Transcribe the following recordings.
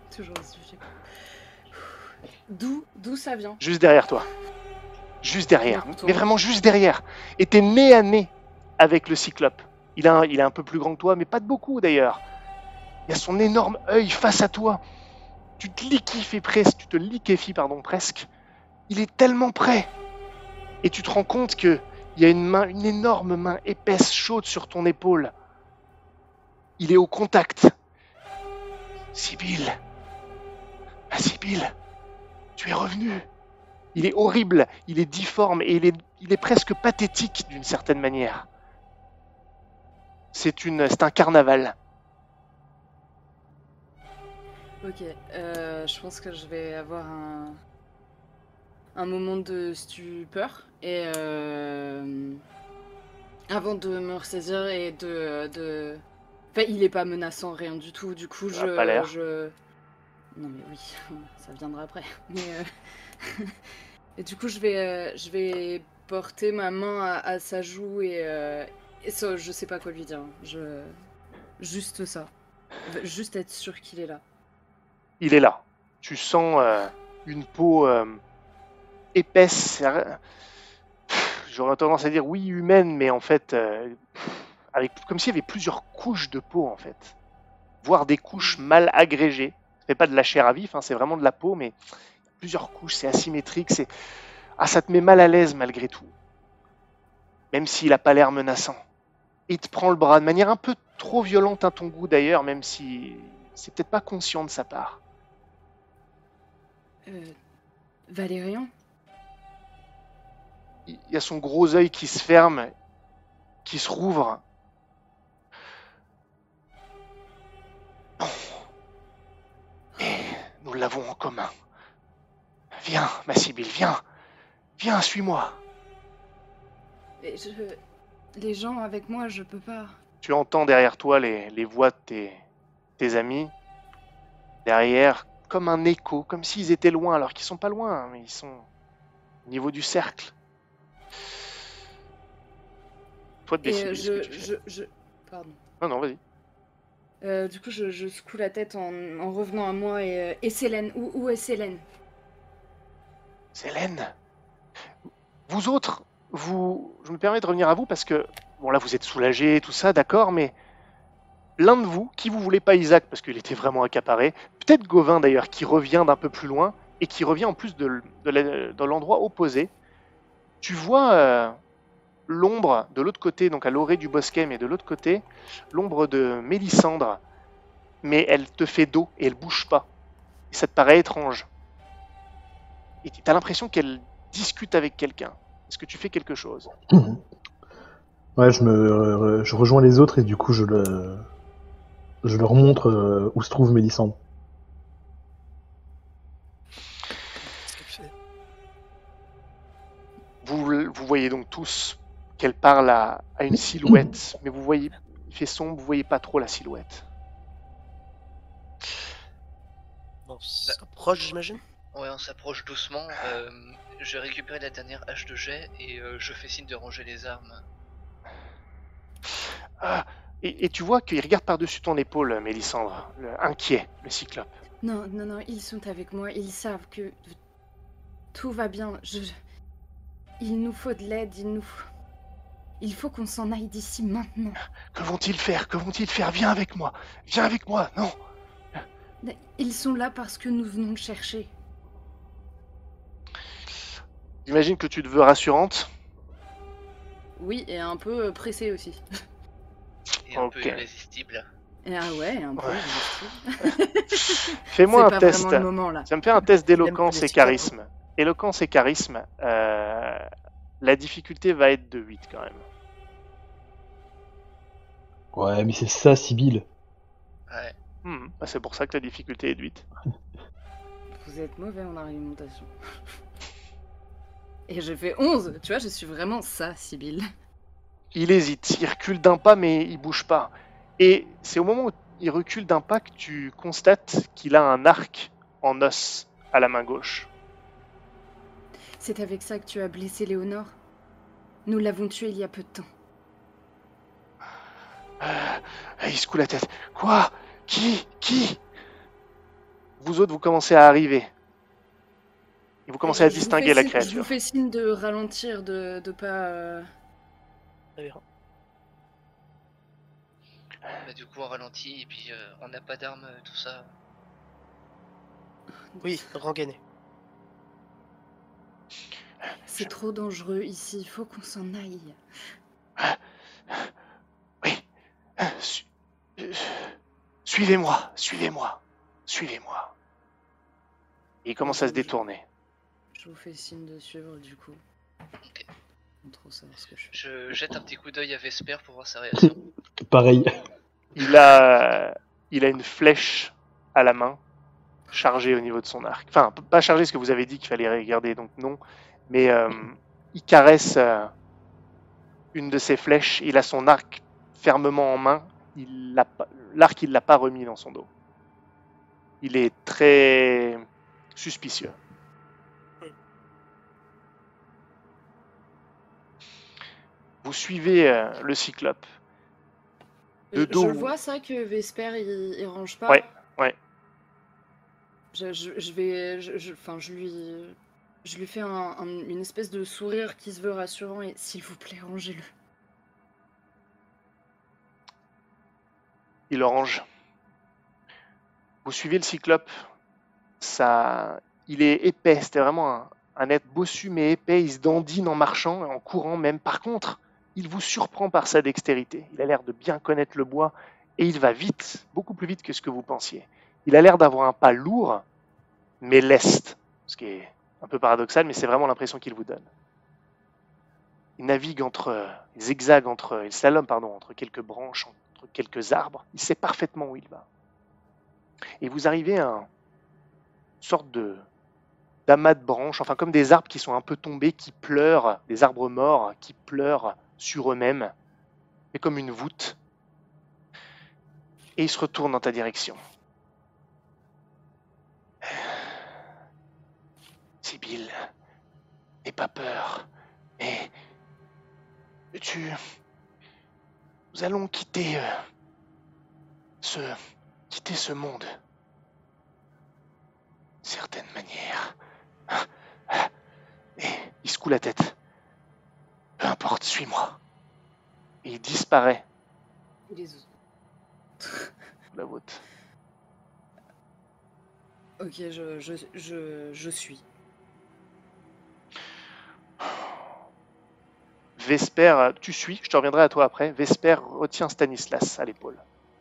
Toujours au sujet. D'où ça vient? Juste derrière toi. Juste derrière. Mais Mais vraiment juste derrière. Et t'es nez à nez avec le cyclope. Il est un peu plus grand que toi, mais pas de beaucoup d'ailleurs. Il y a son énorme œil face à toi. Tu te liquéfies presque. Tu te liquéfies, pardon, presque. Il est tellement près. Et tu te rends compte que il y a une énorme main épaisse, chaude sur ton épaule. Il est au contact. Sibylle. Ah, Sibylle, tu es revenue. Il est horrible, il est difforme et il est presque pathétique d'une certaine manière. C'est un carnaval. Ok, je pense que je vais avoir un moment de stupeur et avant de me ressaisir et de... Enfin, il est pas menaçant, rien du tout. Du coup, Ça n'a pas l'air. Non mais oui, ça viendra après. Mais et du coup, je vais porter ma main à sa joue et ça, je sais pas quoi lui dire. Juste ça. Juste être sûr qu'il est là. Il est là. Tu sens une peau épaisse. J'aurais tendance à dire oui humaine, mais en fait, comme s'il y avait plusieurs couches de peau en fait. Voire des couches mal agrégées. C'est pas de la chair à vif, hein, c'est vraiment de la peau, mais plusieurs couches, c'est asymétrique. Ça te met mal à l'aise malgré tout. Même s'il a pas l'air menaçant. Il te prend le bras de manière un peu trop violente à ton goût d'ailleurs, même si c'est peut-être pas conscient de sa part. Valérian? Il y a son gros œil qui se ferme, qui se rouvre. Bon. Et nous l'avons en commun. Viens, ma Sibylle, viens. Viens, suis-moi. Et les gens avec moi, je peux pas. Tu entends derrière toi les voix de tes amis. Derrière, comme un écho, comme s'ils étaient loin, alors qu'ils sont pas loin, hein, mais ils sont au niveau du cercle. Toi de décider ce que tu fais. Pardon. Non, vas-y. Du coup, je secoue la tête en revenant à moi et Célène. Où est Célène? Célène, vous autres, je me permets de revenir à vous parce que, bon là vous êtes soulagés, tout ça, d'accord, mais l'un de vous, qui vous voulez pas Isaac parce qu'il était vraiment accaparé, peut-être Gauvin d'ailleurs qui revient d'un peu plus loin et qui revient en plus de l'endroit opposé, tu vois l'ombre de l'autre côté, donc à l'orée du bosquet, mais de l'autre côté, l'ombre de Mélissandre, mais elle te fait dos et elle bouge pas. Et ça te paraît étrange. Et tu as l'impression qu'elle discute avec quelqu'un. Est-ce que tu fais quelque chose? Ouais, je rejoins les autres et du coup je leur montre où se trouve Mélissandre. Vous voyez donc tous qu'elle parle à une silhouette, mais vous voyez, il fait sombre, vous voyez pas trop la silhouette. On s'approche, j'imagine. Ouais, on s'approche doucement. Je récupère la dernière hache de jet et je fais signe de ranger les armes. Et tu vois qu'il regarde par-dessus ton épaule, Mélissandre, inquiet, le cyclope. Non, ils sont avec moi. Ils savent que tout va bien. Il nous faut de l'aide. Il faut qu'on s'en aille d'ici maintenant. Que vont-ils faire? Que vont-ils faire? Viens avec moi. Viens avec moi. Non. Ils sont là parce que nous venons le chercher. J'imagine que tu te veux rassurante. Oui, et un peu pressée aussi. Et un peu irrésistible. Ah ouais, un peu irrésistible. Fais-moi un test. Le moment, là. Ça me fait un test d'éloquence et charisme. Éloquence et charisme. La difficulté va être de 8 quand même. Ouais, mais c'est ça, Sibylle. Ouais. Bah c'est pour ça que la difficulté est de 8. Vous êtes mauvais en argumentation. Et j'ai fait 11. Tu vois, je suis vraiment ça, Sibylle. Il hésite. Il recule d'un pas, mais il bouge pas. Et c'est au moment où il recule d'un pas que tu constates qu'il a un arc en os à la main gauche. C'est avec ça que tu as blessé Léonore? Nous l'avons tué il y a peu de temps. Il secoue la tête. Quoi? Qui? vous autres, vous commencez à arriver. Et vous commencez à Je vous distinguer fais la signe- Je créature. vous fais signe de ralentir, de pas... Très bien. Bah, du coup, on ralentit et puis on n'a pas d'armes, tout ça. Oui, Rangané. C'est trop dangereux ici, il faut qu'on s'en aille. Oui. Su- euh, Suivez-moi, suivez-moi, suivez-moi. Et il commence à se détourner. Je vous fais signe de suivre du coup. Ok. Sans trop savoir ce que je fais. Je jette un petit coup d'œil à Vesper pour voir sa réaction. Pareil. Il a une flèche à la main, chargée au niveau de son arc. Enfin, pas chargée, parce que vous avez dit qu'il fallait regarder, donc non. Mais il caresse une de ses flèches. Il a son arc fermement en main. L'arc, il l'a pas remis dans son dos. Il est très suspicieux. Vous suivez le cyclope. De dos. Je le vois ça que Vesper il range pas. Ouais, ouais. Je vais, enfin je lui fais une espèce de sourire qui se veut rassurant et s'il vous plaît rangez-le. Il range. Vous suivez le cyclope. Ça, il est épais. C'était vraiment un être bossu mais épais. Il se dandine en marchant, en courant même. Par contre, il vous surprend par sa dextérité. Il a l'air de bien connaître le bois et il va vite, beaucoup plus vite que ce que vous pensiez. Il a l'air d'avoir un pas lourd, mais leste, ce qui est un peu paradoxal, mais c'est vraiment l'impression qu'il vous donne. Il navigue il zigzague il slalome, entre quelques branches, entre quelques arbres. Il sait parfaitement où il va. Et vous arrivez à une sorte d'amas de branches, enfin comme des arbres qui sont un peu tombés, qui pleurent, des arbres morts qui pleurent sur eux-mêmes, et comme une voûte. Et il se retourne dans ta direction. Sibylle, n'aie pas peur, mais nous allons quitter ce monde. D'une certaine manière. Et il secoue la tête. Peu importe, suis-moi. Et il disparaît. Et les autres. La voûte. Ok, je suis. Vesper, tu suis, je te reviendrai à toi après. Vesper retient Stanislas à l'épaule.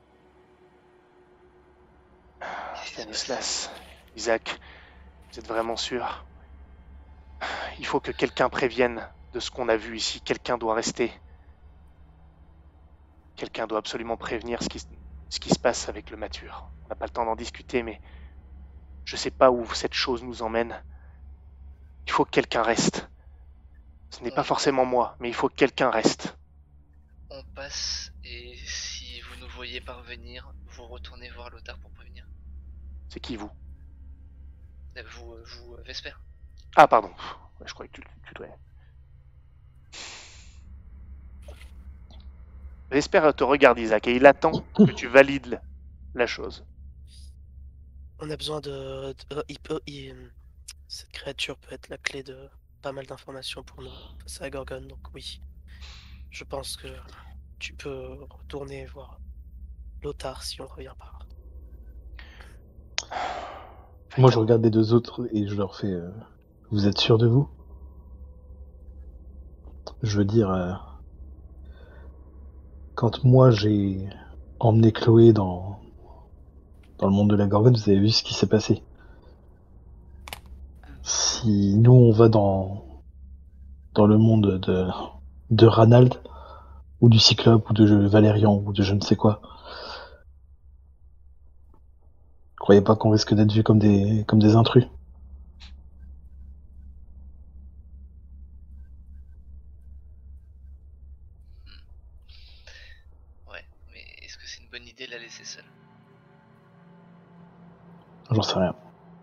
Stanislas, Isaac, vous êtes vraiment sûr? Il faut que quelqu'un prévienne de ce qu'on a vu ici. Quelqu'un doit rester. Quelqu'un doit absolument prévenir ce qui se passe avec le mature. On n'a pas le temps d'en discuter, mais je ne sais pas où cette chose nous emmène. Il faut que quelqu'un reste. Ce n'est pas forcément moi, mais il faut que quelqu'un reste. On passe et si vous nous voyez parvenir, vous retournez voir Lothar pour prévenir. C'est qui vous? Vous Vesper. Ah pardon, je croyais que tu dois. Vesper te regarde, Isaac, et il attend que tu valides la chose. On a besoin cette créature peut être la clé de pas mal d'informations pour nous face à la Gorgone, donc oui. Je pense que tu peux retourner voir Lothar si on revient par. Moi, je regarde les deux autres et je leur fais vous êtes sûrs de vous? Je veux dire, quand moi j'ai emmené Chloé dans le monde de la Gorgone, vous avez vu ce qui s'est passé. Si nous on va dans le monde de Ranald, ou du Cyclope, ou de Valérian, ou de je ne sais quoi, croyez pas qu'on risque d'être vus comme des intrus? Ouais, mais est-ce que c'est une bonne idée de la laisser seule? J'en sais rien.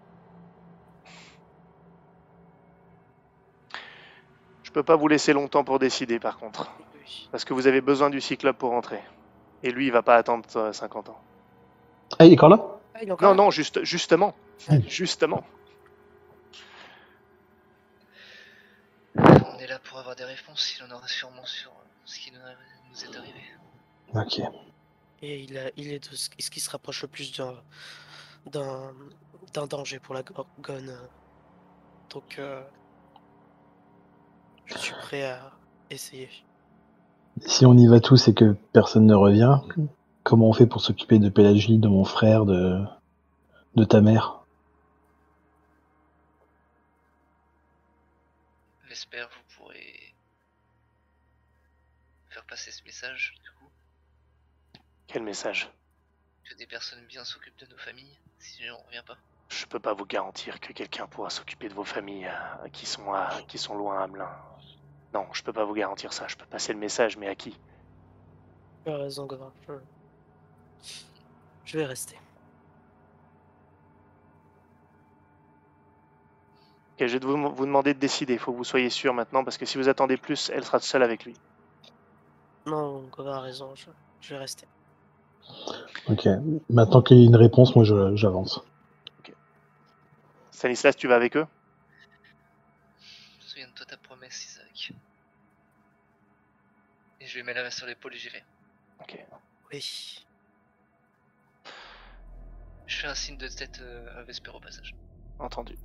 Je peux pas vous laisser longtemps pour décider, par contre. Oui. Parce que vous avez besoin du Cyclope pour rentrer. Et lui, il va pas attendre 50 ans. Ah, il est encore là? Ah, il est encore Non, là. non, justement. Justement. On est là pour avoir des réponses, il en aura sûrement sur ce qui nous est arrivé. Ok. Et il est de ce qui se rapproche le plus d'un danger pour la Gorgone. Donc, je suis prêt à essayer. Si on y va tous et que personne ne revient, comment on fait pour s'occuper de Pélagie, de mon frère, de ta mère? J'espère que vous pourrez faire passer ce message, du coup, Quel message? que des personnes bien s'occupent de nos familles, si on revient pas. Je peux pas vous garantir que quelqu'un pourra s'occuper de vos familles qui sont loin à Melun. Non, je peux pas vous garantir ça. Je peux passer le message, mais à qui? Tu as raison, Gauvin. Je vais rester. Ok, je vais vous demander de décider. Il faut que vous soyez sûr maintenant, parce que si vous attendez plus, elle sera seule avec lui. Non, Gauvin a raison, je vais rester. Ok. Maintenant qu'il y a une réponse, moi j'avance. Stanislas, tu vas avec eux? Souviens-toi ta promesse, Isaac. Et je lui mets la main sur l'épaule et j'y vais. Ok. Oui. Je fais un signe de tête à Vesper au passage. Entendu.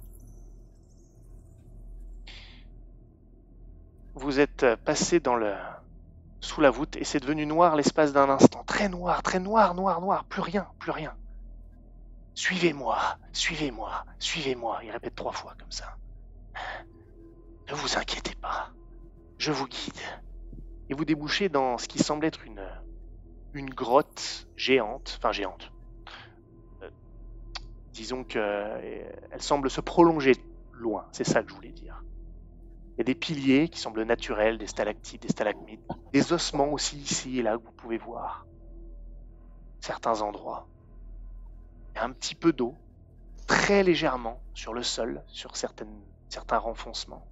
Vous êtes passé sous la voûte et c'est devenu noir l'espace d'un instant. Très noir, noir. Plus rien. Suivez-moi, suivez-moi, suivez-moi. Il répète 3 fois comme ça. Ne vous inquiétez pas. Je vous guide. Et vous débouchez dans ce qui semble être une grotte géante. Enfin géante. Disons qu'elle semble se prolonger loin. C'est ça que je voulais dire. Il y a des piliers qui semblent naturels, des stalactites, des stalagmites, des ossements aussi ici et là que vous pouvez voir. Certains endroits. Il y a un petit peu d'eau, très légèrement, sur le sol, sur certains renfoncements.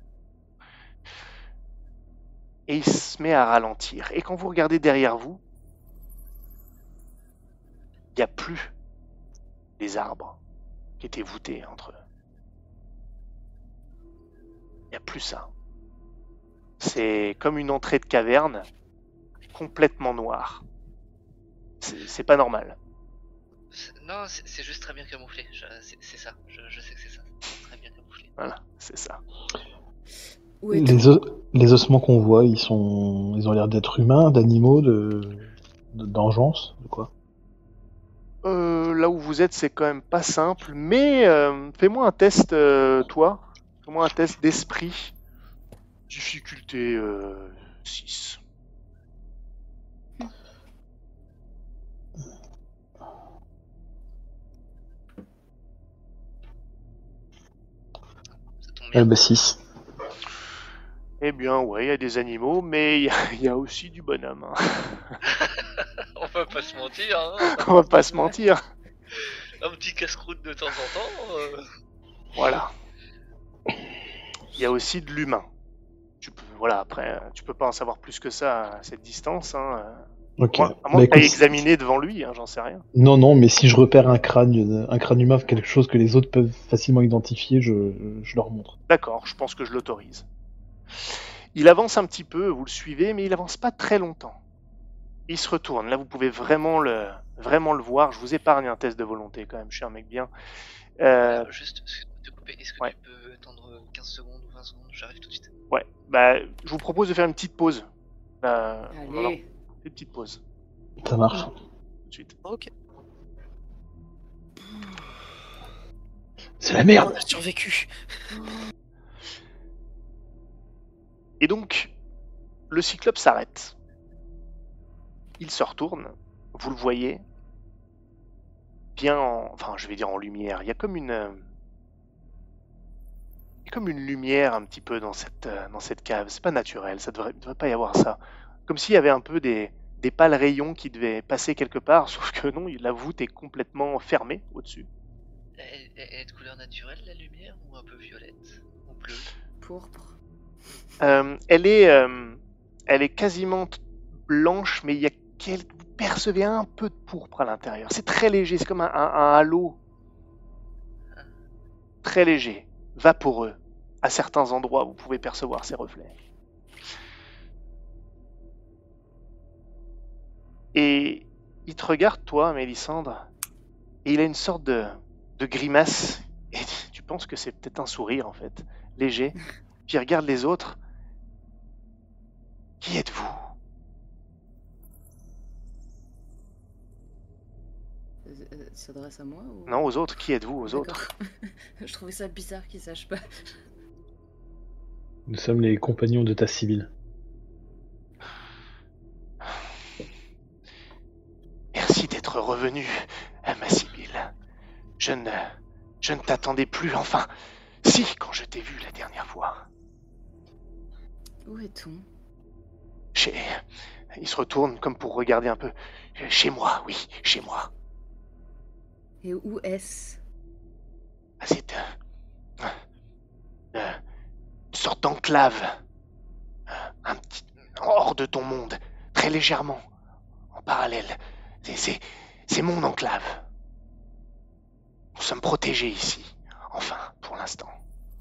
Et il se met à ralentir. Et quand vous regardez derrière vous, il n'y a plus les arbres qui étaient voûtés entre eux. Il n'y a plus ça. C'est comme une entrée de caverne complètement noire. C'est pas normal. Non, c'est juste très bien camouflé. C'est ça. Je sais que c'est ça. C'est très bien camouflé. Voilà, c'est ça. Où est-on? Les ossements qu'on voit, ils ont l'air d'être humains, d'animaux, d'engeance, de quoi? Là où vous êtes, c'est quand même pas simple, mais fais-moi un test, toi. Fais-moi un test d'esprit. Difficulté 6. Ça tombe bien. 6. Eh bien, ouais, il y a des animaux, mais il y a aussi du bonhomme. Hein. On va pas se mentir, hein. On va pas se mentir. Un petit casse-croûte de temps en temps. Voilà. Il y a aussi de l'humain. Voilà, après, tu peux pas en savoir plus que ça à cette distance. Hein. Ok. À moins que tu aies examiné devant lui, hein, j'en sais rien. Non, mais si je repère un crâne humain, quelque chose que les autres peuvent facilement identifier, je leur montre. D'accord, je pense que je l'autorise. Il avance un petit peu, vous le suivez, mais il avance pas très longtemps. Il se retourne. Là, vous pouvez vraiment le voir. Je vous épargne un test de volonté quand même. Je suis un mec bien. Juste, te couper. Est-ce que Ouais. tu peux attendre 15 secondes ou 20 secondes? J'arrive tout de suite. Ouais. Bah, je vous propose de faire une petite pause. Allez. Une petite pause. Ça marche. Tout de suite. Ok. C'est la merde. On a survécu. Et donc, le cyclope s'arrête. Il se retourne. Vous le voyez. Bien enfin, je vais dire en lumière. Il y a comme une lumière un petit peu dans cette cave. C'est pas naturel. Ça devrait pas y avoir ça. Comme s'il y avait un peu des pâles rayons qui devaient passer quelque part. Sauf que non, la voûte est complètement fermée au-dessus. Elle est de couleur naturelle, la lumière, ou un peu violette? Ou bleue? Pourpre. Elle est quasiment blanche, mais vous percevez un peu de pourpre à l'intérieur. C'est très léger, c'est comme un halo. très léger, vaporeux. À certains endroits, vous pouvez percevoir ses reflets. Et il te regarde, toi, Mélissandre, et il a une sorte de grimace. Et tu penses que c'est peut-être un sourire, en fait, léger. Puis il regarde les autres. Qui êtes-vous? Ça s'adresse à moi ou... Non, aux autres. Qui êtes-vous, aux autres? D'accord. Je trouvais ça bizarre qu'ils sachent pas. Nous sommes les compagnons de ta Sibylle. Merci d'être revenu, ma Sibylle. Je ne t'attendais plus, enfin. Si, quand je t'ai vu la dernière fois. Où est-on? Il se retourne comme pour regarder un peu. Chez moi, oui, chez moi. Et où est-ce? C'est une sorte d'enclave. Un petit... hors de ton monde, très légèrement, en parallèle. C'est mon enclave. Nous sommes protégés ici, enfin, pour l'instant.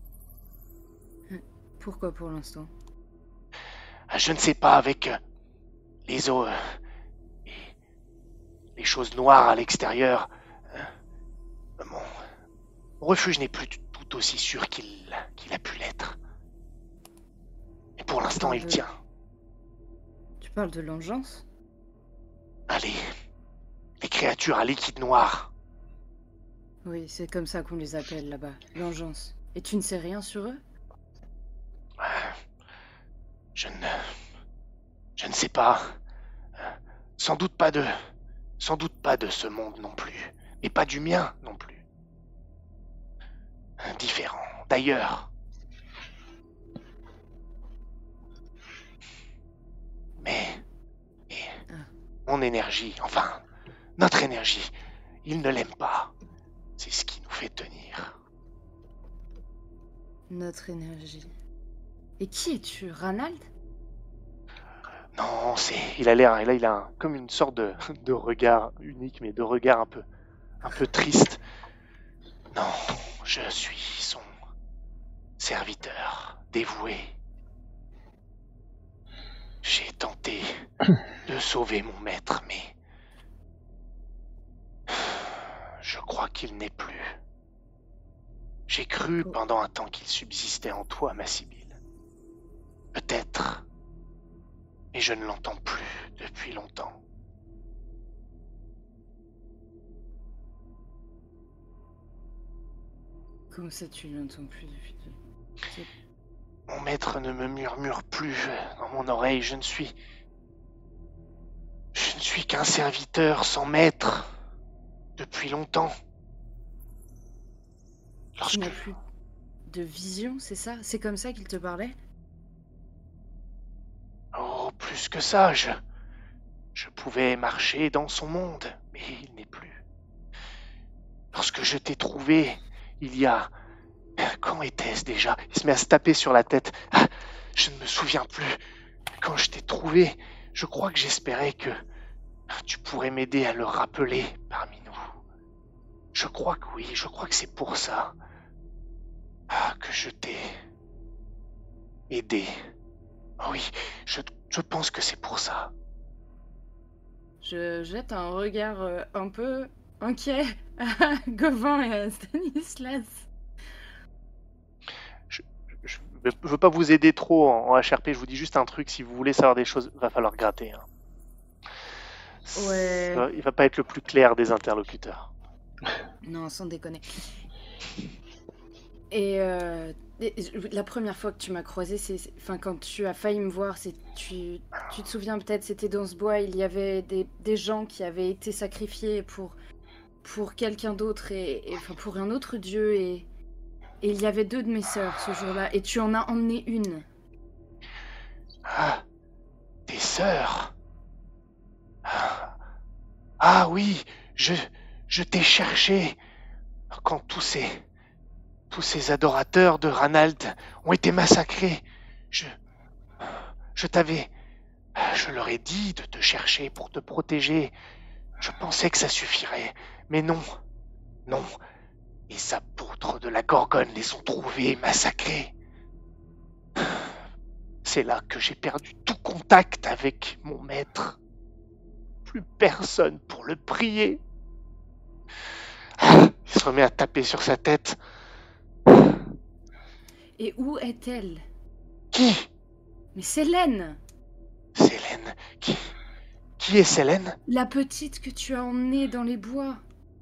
Pourquoi pour l'instant? Je ne sais pas, avec les eaux et les choses noires à l'extérieur, mon refuge n'est plus tout aussi sûr qu'il a pu l'être. Et pour l'instant, il tient. Tu parles de l'engeance? Allez, les créatures à liquide noir. Oui, c'est comme ça qu'on les appelle là-bas, l'engeance. Et tu ne sais rien sur eux? Je ne sais pas. Sans doute pas de ce monde non plus. Et pas du mien non plus. Différent, d'ailleurs. Mais mon énergie, enfin, notre énergie, il ne l'aime pas. C'est ce qui nous fait tenir. Notre énergie. Et qui es-tu, Ranald? Non, il a l'air, là il a comme une sorte de regard unique, mais de regard un peu triste. Non, je suis son serviteur, dévoué. J'ai tenté de sauver mon maître, mais je crois qu'il n'est plus. J'ai cru pendant un temps qu'il subsistait en toi, ma Sibylle. Peut-être, mais je ne l'entends plus depuis longtemps. Comment ça tu l'entends plus depuis... Mon maître ne me murmure plus dans mon oreille, je ne suis qu'un serviteur sans maître depuis longtemps. Tu n'as plus de vision, c'est ça? C'est comme ça qu'il te parlait? Oh, plus que ça, je pouvais marcher dans son monde, mais il n'est plus. Lorsque je t'ai trouvé, il y a... Quand était-ce déjà? Il se met à se taper sur la tête. Ah, je ne me souviens plus. Quand je t'ai trouvé, je crois que j'espérais que tu pourrais m'aider à le rappeler parmi nous. Je crois que oui, je crois que c'est pour ça que je t'ai aidé. Oh oui, je pense que c'est pour ça. Je jette un regard un peu inquiet à Gauvin et à Stanislas. Je veux pas vous aider trop en HRP, je vous dis juste un truc, si vous voulez savoir des choses, va falloir gratter. Hein. Ouais. Il va pas être le plus clair des interlocuteurs. Non, sans déconner. Et la première fois que tu m'as croisé, enfin quand tu as failli me voir, tu te souviens peut-être, c'était dans ce bois, il y avait des gens qui avaient été sacrifiés pour quelqu'un d'autre et enfin pour un autre dieu et il y avait 2 de mes sœurs ce jour-là et tu en as emmené une. Ah, tes sœurs. Ah oui, je t'ai cherché quand tous ces adorateurs de Ranald ont été massacrés. Je leur ai dit de te chercher pour te protéger. Je pensais que ça suffirait, mais non. Les apôtres de la Gorgone les ont trouvés et massacrés. C'est là que j'ai perdu tout contact avec mon maître. Plus personne pour le prier. Il se remet à taper sur sa tête. Et où est-elle? Qui? Mais Célène! Célène. Qui est Célène? La petite que tu as emmenée dans les bois.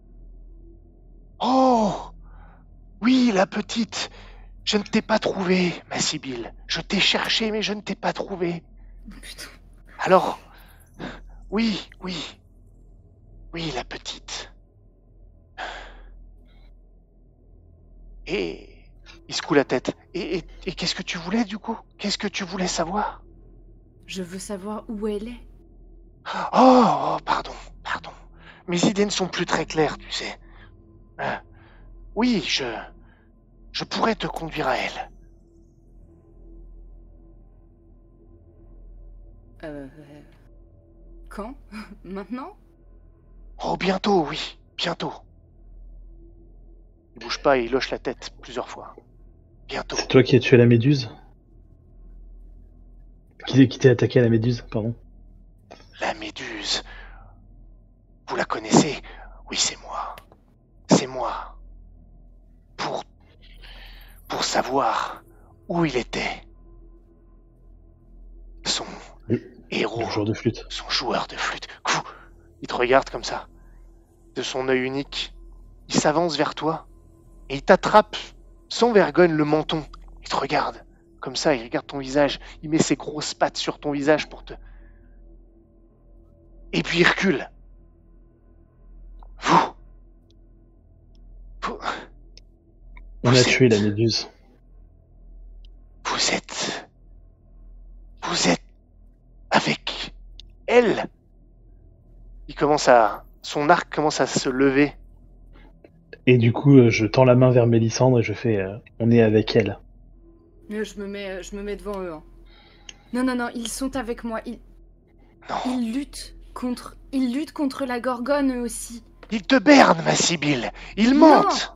Oh! Oui, la petite. Je ne t'ai pas trouvée, ma Sibylle. Je t'ai cherché, mais je ne t'ai pas trouvée. Oh, putain. Alors, oui, la petite. Et il secoue la tête. Et qu'est-ce que tu voulais, du coup? Qu'est-ce que tu voulais savoir? Je veux savoir où elle est. Oh, pardon. Mes idées ne sont plus très claires, tu sais. Oui, je pourrais te conduire à elle. Quand? Maintenant? Oh, bientôt, oui, bientôt. Il bouge pas et il hoche la tête plusieurs fois. Bientôt. C'est toi qui as tué la méduse? Qui t'est attaqué à la méduse, pardon? La méduse. Vous la connaissez? Oui, c'est moi. C'est moi. Pour savoir où il était. Son héros. Le joueur de flûte. Son joueur de flûte. Il te regarde comme ça. De son œil unique. Il s'avance vers toi. Et il t'attrape sans vergogne le menton. Il te regarde. Comme ça, il regarde ton visage. Il met ses grosses pattes sur ton visage pour te... Et puis il recule. Vous On a tué la méduse. Vous êtes avec elle. Son arc commence à se lever. Et du coup, je tends la main vers Mélissandre et je fais on est avec elle. Je me mets devant eux. Hein. Non, ils sont avec moi. Ils luttent contre la Gorgone eux aussi. Ils te bernent, ma Sibylle. Ils mentent.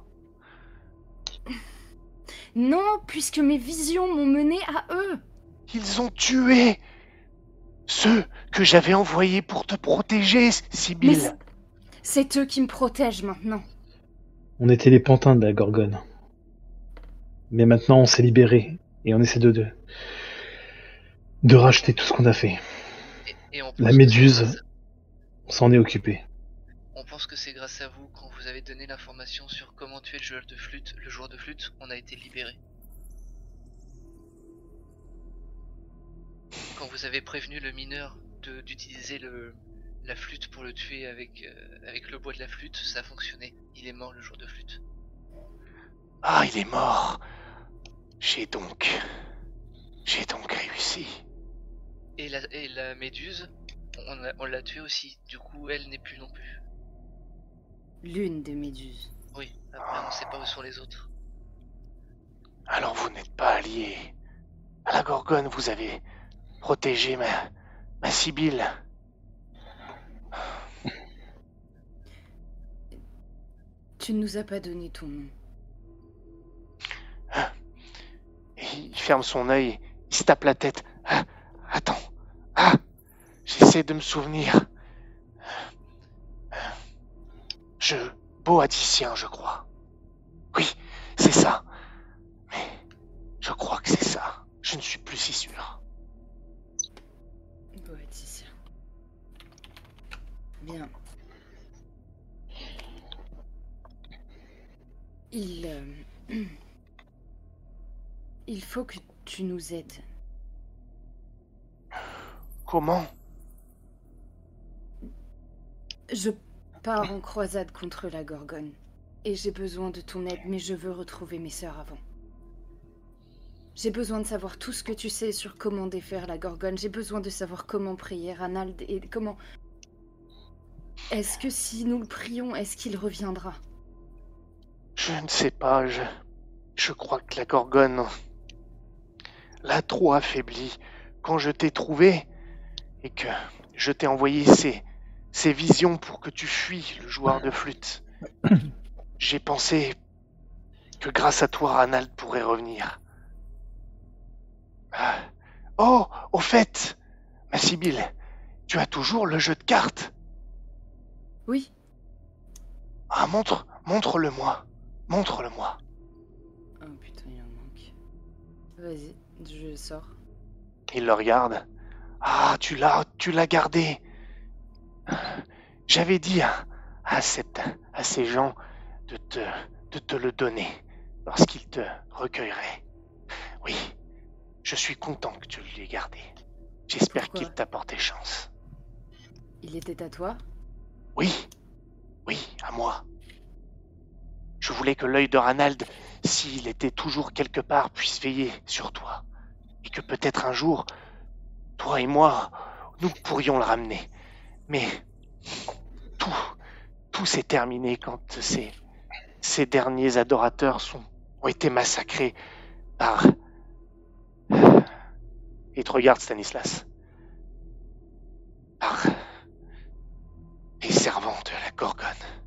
Non, puisque mes visions m'ont mené à eux. Ils ont tué ceux que j'avais envoyés pour te protéger, Sibylle. Mais c'est eux qui me protègent maintenant. On était les pantins de la Gorgone. Mais maintenant, on s'est libérés. Et on essaie de racheter tout ce qu'on a fait. Et la méduse, on s'en est occupé. On pense que c'est grâce à vous, quand vous avez donné l'information sur comment tuer le joueur de flûte, on a été libéré. Quand vous avez prévenu le mineur d'utiliser la flûte pour le tuer avec le bois de la flûte, ça a fonctionné. Il est mort, le joueur de flûte. Ah, il est mort. J'ai donc réussi. Et la méduse, on l'a tuée aussi. Du coup, elle n'est plus non plus. L'une des méduses. Oui, après on sait pas où sont les autres. Alors vous n'êtes pas alliés. À la Gorgone, vous avez protégé ma Sibylle. Tu ne nous as pas donné ton nom. Et il ferme son œil, il se tape la tête. Attends. J'essaie de me souvenir. Boadicien, je crois. Oui, c'est ça. Mais je crois que c'est ça. Je ne suis plus si sûr. Boadicien. Bien. Il faut que tu nous aides. Comment? Je pars en croisade contre la Gorgone. Et j'ai besoin de ton aide, mais je veux retrouver mes sœurs avant. J'ai besoin de savoir tout ce que tu sais sur comment défaire la Gorgone. J'ai besoin de savoir comment prier Ranald et comment... Est-ce que si nous le prions, est-ce qu'il reviendra? Je ne sais pas, je crois que la Gorgone l'a trop affaibli. Quand je t'ai trouvé et que je t'ai envoyé ces visions pour que tu fuis le joueur de flûte, j'ai pensé que grâce à toi, Ranald pourrait revenir. Oh, au fait, ma Sibylle, tu as toujours le jeu de cartes? Oui. Ah, montre-le-moi. Montre-le-moi. Oh putain, il en manque. Vas-y, je le sors. Il le regarde. Ah, tu l'as gardé. J'avais dit à ces gens de te le donner lorsqu'ils te recueilleraient. Oui, je suis content que tu l'aies gardé. J'espère Pourquoi? qu'il t'a porté chance. Il était à toi? Oui, à moi. Je voulais que l'œil de Ranald, s'il était toujours quelque part, puisse veiller sur toi. Et que peut-être un jour, toi et moi, nous pourrions le ramener. Mais tout s'est terminé quand ces derniers adorateurs ont été massacrés par... Et te regarde, Stanislas. Par les servants de la Gorgone.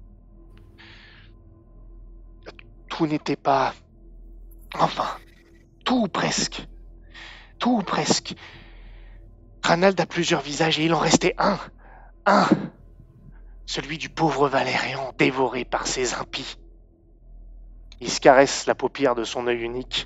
Tout n'était pas... Enfin, tout ou presque. Tout ou presque. Ranald a plusieurs visages et il en restait un. Un. Celui du pauvre Valérian dévoré par ces impies. Il se caresse la paupière de son œil unique.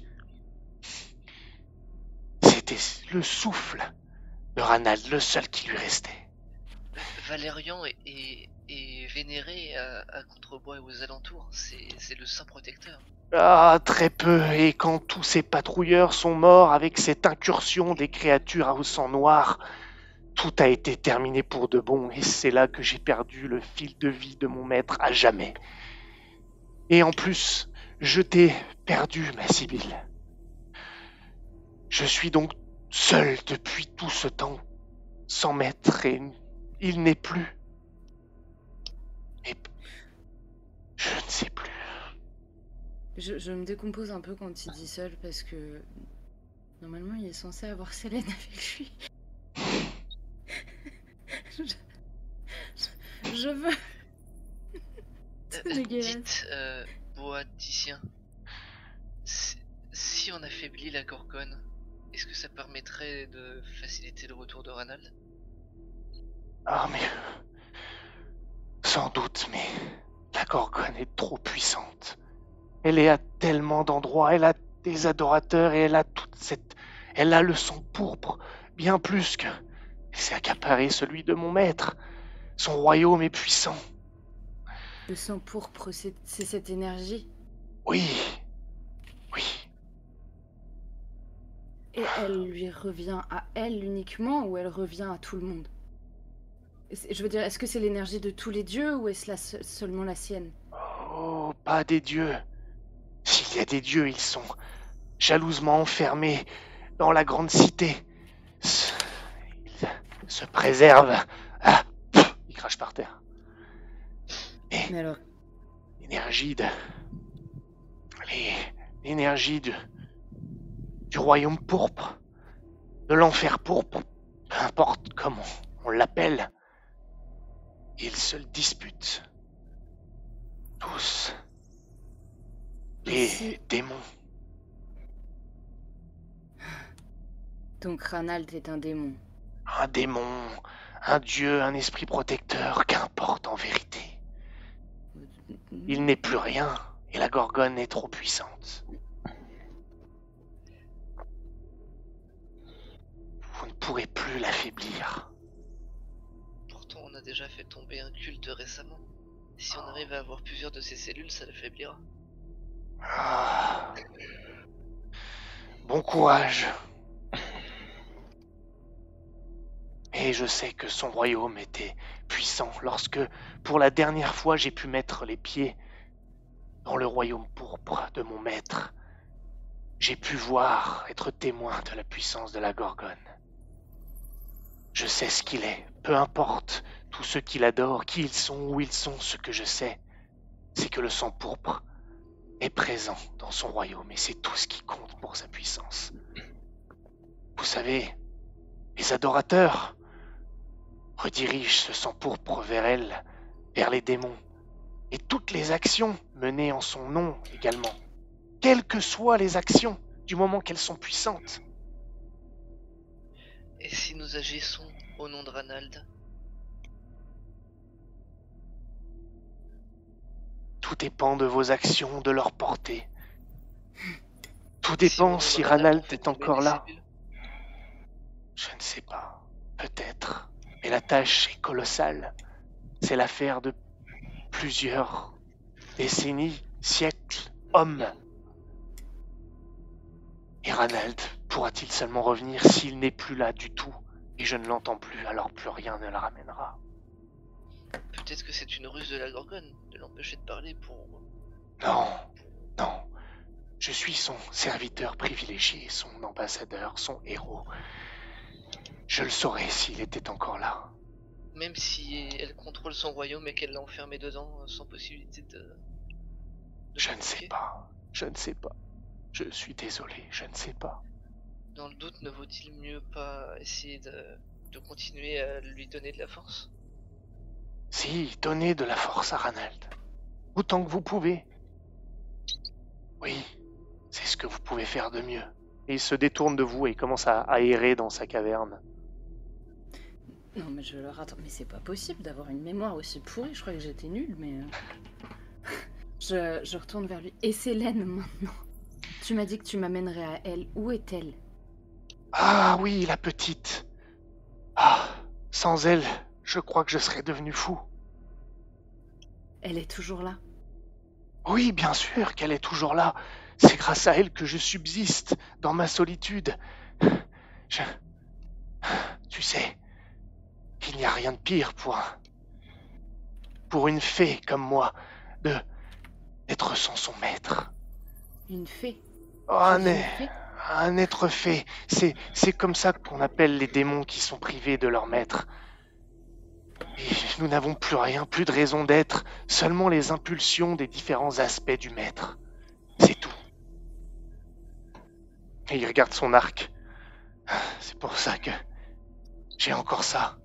C'était le souffle de Ranald, le seul qui lui restait. Valérian est vénéré à Contrebois et aux alentours. C'est le saint protecteur. Ah, très peu, et quand tous ces patrouilleurs sont morts avec cette incursion des créatures au sang noir, tout a été terminé pour de bon, et c'est là que j'ai perdu le fil de vie de mon maître à jamais. Et en plus, je t'ai perdu, ma Sibylle. Je suis donc seul depuis tout ce temps, sans maître, et il n'est plus. Et je ne sais plus. Je me décompose un peu quand il dit seul parce que normalement il est censé avoir Célène avec lui. Je veux. C'est dégueulasse. Dites, Boadicien, si on affaiblit la Gorgone, est-ce que ça permettrait de faciliter le retour de Ranald? Ah, mais... Sans doute, mais la Gorgone est trop puissante. Elle est à tellement d'endroits, elle a des adorateurs et elle a Elle a le sang pourpre, bien plus que... Elle s'est accaparé celui de mon maître. Son royaume est puissant. Le sang pourpre, c'est cette énergie. Oui. Et elle lui revient à elle uniquement ou elle revient à tout le monde? Je veux dire, est-ce que c'est l'énergie de tous les dieux ou est-ce seulement la sienne? Oh, pas des dieux. S'il y a des dieux, ils sont jalousement enfermés dans la grande cité. Ils se préservent. Ah, il crache par terre. Mais alors, l'énergie du royaume pourpre, de l'enfer pourpre, peu importe comment on l'appelle, ils se le disputent. Tous. Les démons. Donc Ranald est un démon. Un démon, un dieu, un esprit protecteur, qu'importe en vérité. Il n'est plus rien, et la Gorgone est trop puissante. Vous ne pourrez plus l'affaiblir. Pourtant, on a déjà fait tomber un culte récemment. Et si on arrive à avoir plusieurs de ces cellules, ça l'affaiblira. Ah. Bon courage. Et je sais que son royaume était puissant lorsque, pour la dernière fois, j'ai pu mettre les pieds dans le royaume pourpre de mon maître. J'ai pu voir, être témoin de la puissance de la Gorgone. Je sais ce qu'il est, peu importe tous ceux qui l'adorent, qui ils sont, où ils sont, ce que je sais, c'est que le sang pourpre est présent dans son royaume et c'est tout ce qui compte pour sa puissance. Vous savez, les adorateurs redirigent ce sang pourpre vers elle, vers les démons, et toutes les actions menées en son nom également quelles que soient les actions, du moment qu'elles sont puissantes. Et si nous agissons au nom de Ranald? Tout dépend de vos actions, de leur portée. Tout Si au dépend nom de si Ranald, Ranald on fait est tomber encore des là. cellules? Je ne sais pas. Peut-être. Mais la tâche est colossale. C'est l'affaire de plusieurs décennies, siècles, hommes. Et Ranald pourra-t-il seulement revenir s'il n'est plus là du tout? Et je ne l'entends plus, alors plus rien ne le ramènera. Peut-être que c'est une ruse de la Gorgone, de l'empêcher de parler pour... Non, non. Je suis son serviteur privilégié, son ambassadeur, son héros. Je le saurais s'il était encore là. Même si elle contrôle son royaume et qu'elle l'a enfermé dedans sans possibilité de Je ne sais communiquer. pas. Je ne sais pas. Je suis désolé, je ne sais pas. Dans le doute, ne vaut-il mieux pas essayer de continuer à lui donner de la force? Si, donnez de la force à Ranald. Autant que vous pouvez. Oui, c'est ce que vous pouvez faire de mieux. Et il se détourne de vous et commence à errer dans sa caverne. Non, mais je leur attends. Mais c'est pas possible d'avoir une mémoire aussi pourrie. Je croyais que j'étais nulle, mais. Je retourne vers lui. Et Célène maintenant. Tu m'as dit que tu m'amènerais à elle. Où est-elle? Ah oui, la petite. Ah, sans elle, je crois que je serais devenu fou. Elle est toujours là. Oui, bien sûr qu'elle est toujours là. C'est grâce à elle que je subsiste dans ma solitude. Tu sais, il n'y a rien de pire pour une fée comme moi d'être sans son maître. Une fée. Oh, Je suis une fée. un être fée, c'est comme ça qu'on appelle les démons qui sont privés de leur maître. Et nous n'avons plus rien, plus de raison d'être, seulement les impulsions des différents aspects du maître. C'est tout. Et il regarde son arc. C'est pour ça que j'ai encore ça.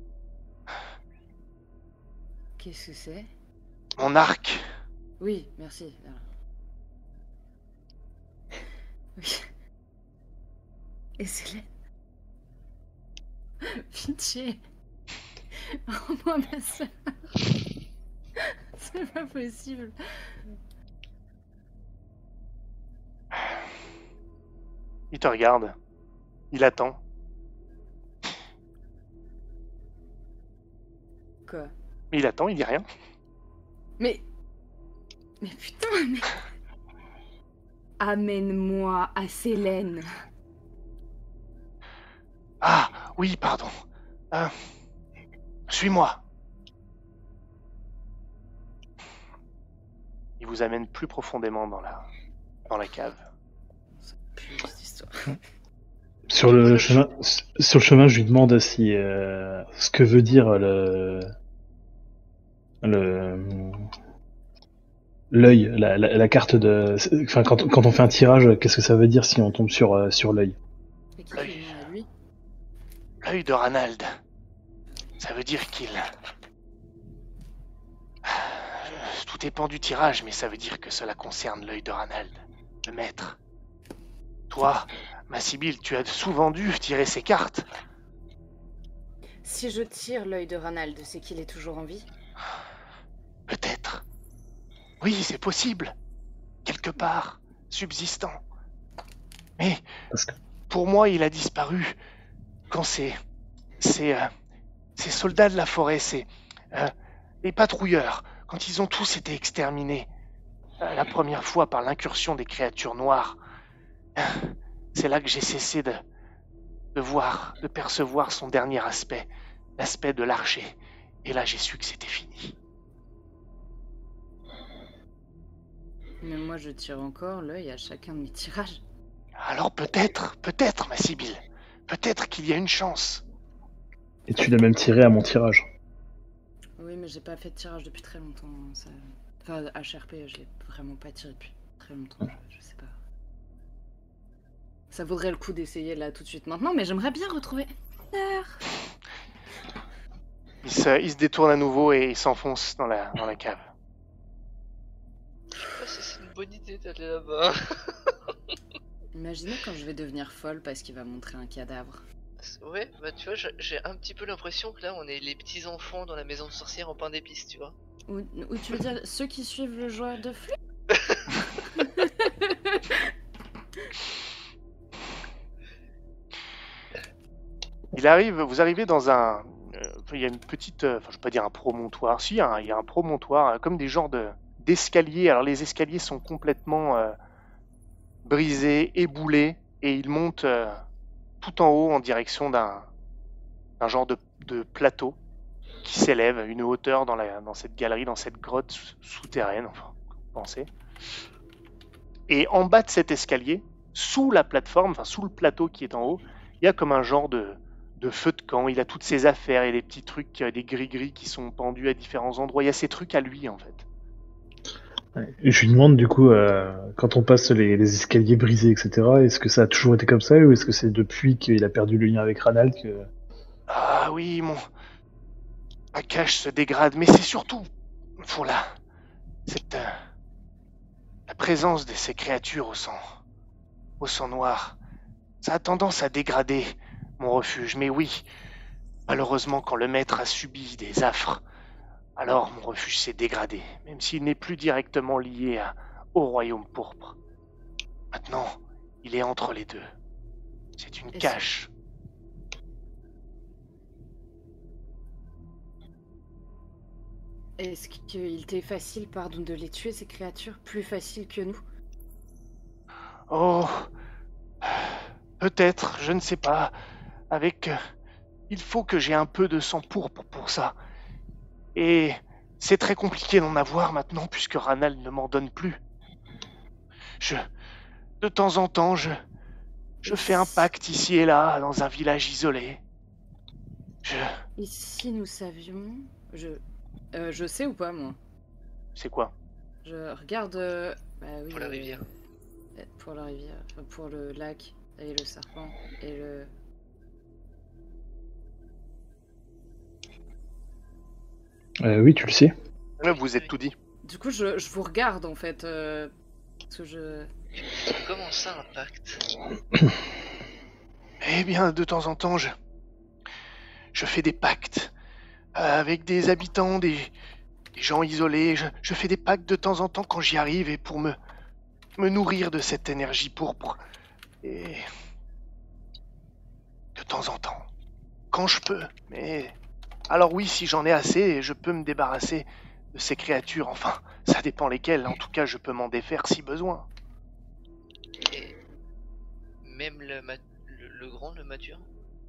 Qu'est-ce que c'est? Mon arc. Oui, merci. Voilà. Oui. Et Célène. Pitié. Rends-moi ma soeur. C'est pas possible. Il te regarde. Il attend. Quoi? Mais il attend, il dit rien. Mais putain, mais... Amène-moi à Célène. Ah, oui, pardon. Suis-moi. Il vous amène plus profondément dans la cave. Plus cette histoire. Sur le chemin, je lui demande si ce que veut dire l'œil, la carte de. Enfin, quand on fait un tirage, qu'est-ce que ça veut dire si on tombe sur l'œil? Et qui fait nom à lui? L'œil de Ranald. Ça veut dire qu'il... Tout dépend du tirage, mais ça veut dire que cela concerne l'œil de Ranald, le maître. Toi, ma Sibylle, tu as souvent dû tirer ces cartes. Si je tire l'œil de Ranald, c'est qu'il est toujours en vie? Peut-être. Oui, c'est possible. Quelque part, subsistant. Mais pour moi, il a disparu quand ces soldats de la forêt, les patrouilleurs, quand ils ont tous été exterminés, la première fois par l'incursion des créatures noires, c'est là que j'ai cessé de percevoir son dernier aspect, l'aspect de l'archer. Et là, j'ai su que c'était fini. Mais moi, je tire encore l'œil à chacun de mes tirages. Alors peut-être, ma Sibylle, peut-être qu'il y a une chance. Et tu l'as même tiré à mon tirage. Oui, mais j'ai pas fait de tirage depuis très longtemps. Ça... Enfin, HRP, je l'ai vraiment pas tiré depuis très longtemps. Je sais pas. Ça vaudrait le coup d'essayer là tout de suite maintenant, mais j'aimerais bien retrouver. Il se détourne à nouveau et il s'enfonce dans la cave. Je sais pas si c'est une bonne idée d'aller là-bas. Imaginez quand je vais devenir folle parce qu'il va montrer un cadavre. Ouais, bah tu vois, j'ai un petit peu l'impression que là, on est les petits enfants dans la maison de sorcière en pain d'épices, tu vois. Ou tu veux dire ceux qui suivent le joueur de flûte? Vous arrivez dans un... il y a une petite... enfin, je vais pas dire un promontoire. Si, il y a un promontoire, comme des genres d'escaliers. Alors, les escaliers sont complètement brisés, éboulés, et ils montent tout en haut en direction d'un genre de plateau qui s'élève à une hauteur dans cette galerie, dans cette grotte souterraine, enfin, vous pensez. Et en bas de cet escalier, sous la plateforme, enfin sous le plateau qui est en haut, il y a comme un genre de feu de camp. Il a toutes ses affaires et des petits trucs, des gris-gris qui sont pendus à différents endroits. Il y a ces trucs à lui, en fait. Ouais. Je lui demande du coup, quand on passe les escaliers brisés, etc., est-ce que ça a toujours été comme ça ou est-ce que c'est depuis qu'il a perdu le lien avec Ranald que... Ah oui, ma cage se dégrade, mais c'est surtout pour la présence de ces créatures au sang noir. Ça a tendance à dégrader mon refuge, mais oui, malheureusement quand le maître a subi des affres, alors mon refuge s'est dégradé, même s'il n'est plus directement lié au royaume pourpre. Maintenant, il est entre les deux. C'est une cache. Est-ce qu'il t'est facile, pardon, de les tuer, ces créatures? Plus facile que nous? Oh, peut-être, je ne sais pas. Il faut que j'ai un peu de sang pourpre pour ça. Et c'est très compliqué d'en avoir maintenant puisque Ranald ne m'en donne plus. De temps en temps, je fais un pacte ici et là, dans un village isolé. Et si nous savions... Je sais ou pas, moi? C'est quoi? Je regarde... bah oui, pour la rivière. Pour la rivière, enfin, pour le lac, et le serpent, et le... Oui, tu le sais. Vous êtes tout dit. Du coup, je vous regarde, en fait, parce que je... Comment ça, un pacte? Eh bien, de temps en temps, je fais des pactes avec des habitants, des gens isolés. Je fais des pactes de temps en temps quand j'y arrive et pour me nourrir de cette énergie pourpre. Et de temps en temps, quand je peux. Mais alors oui, si j'en ai assez, je peux me débarrasser de ces créatures. Enfin, ça dépend lesquelles. En tout cas, je peux m'en défaire si besoin. Et même le grand le mature?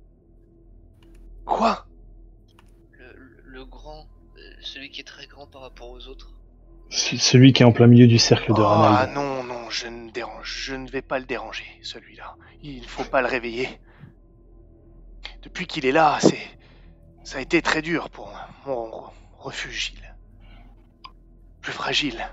Quoi? Le grand, celui qui est très grand par rapport aux autres. Celui qui est en plein milieu du cercle de Ranald. Ah non, je ne vais pas le déranger, celui-là. Il ne faut pas le réveiller. Depuis qu'il est là, ça a été très dur pour mon refuge. Plus fragile.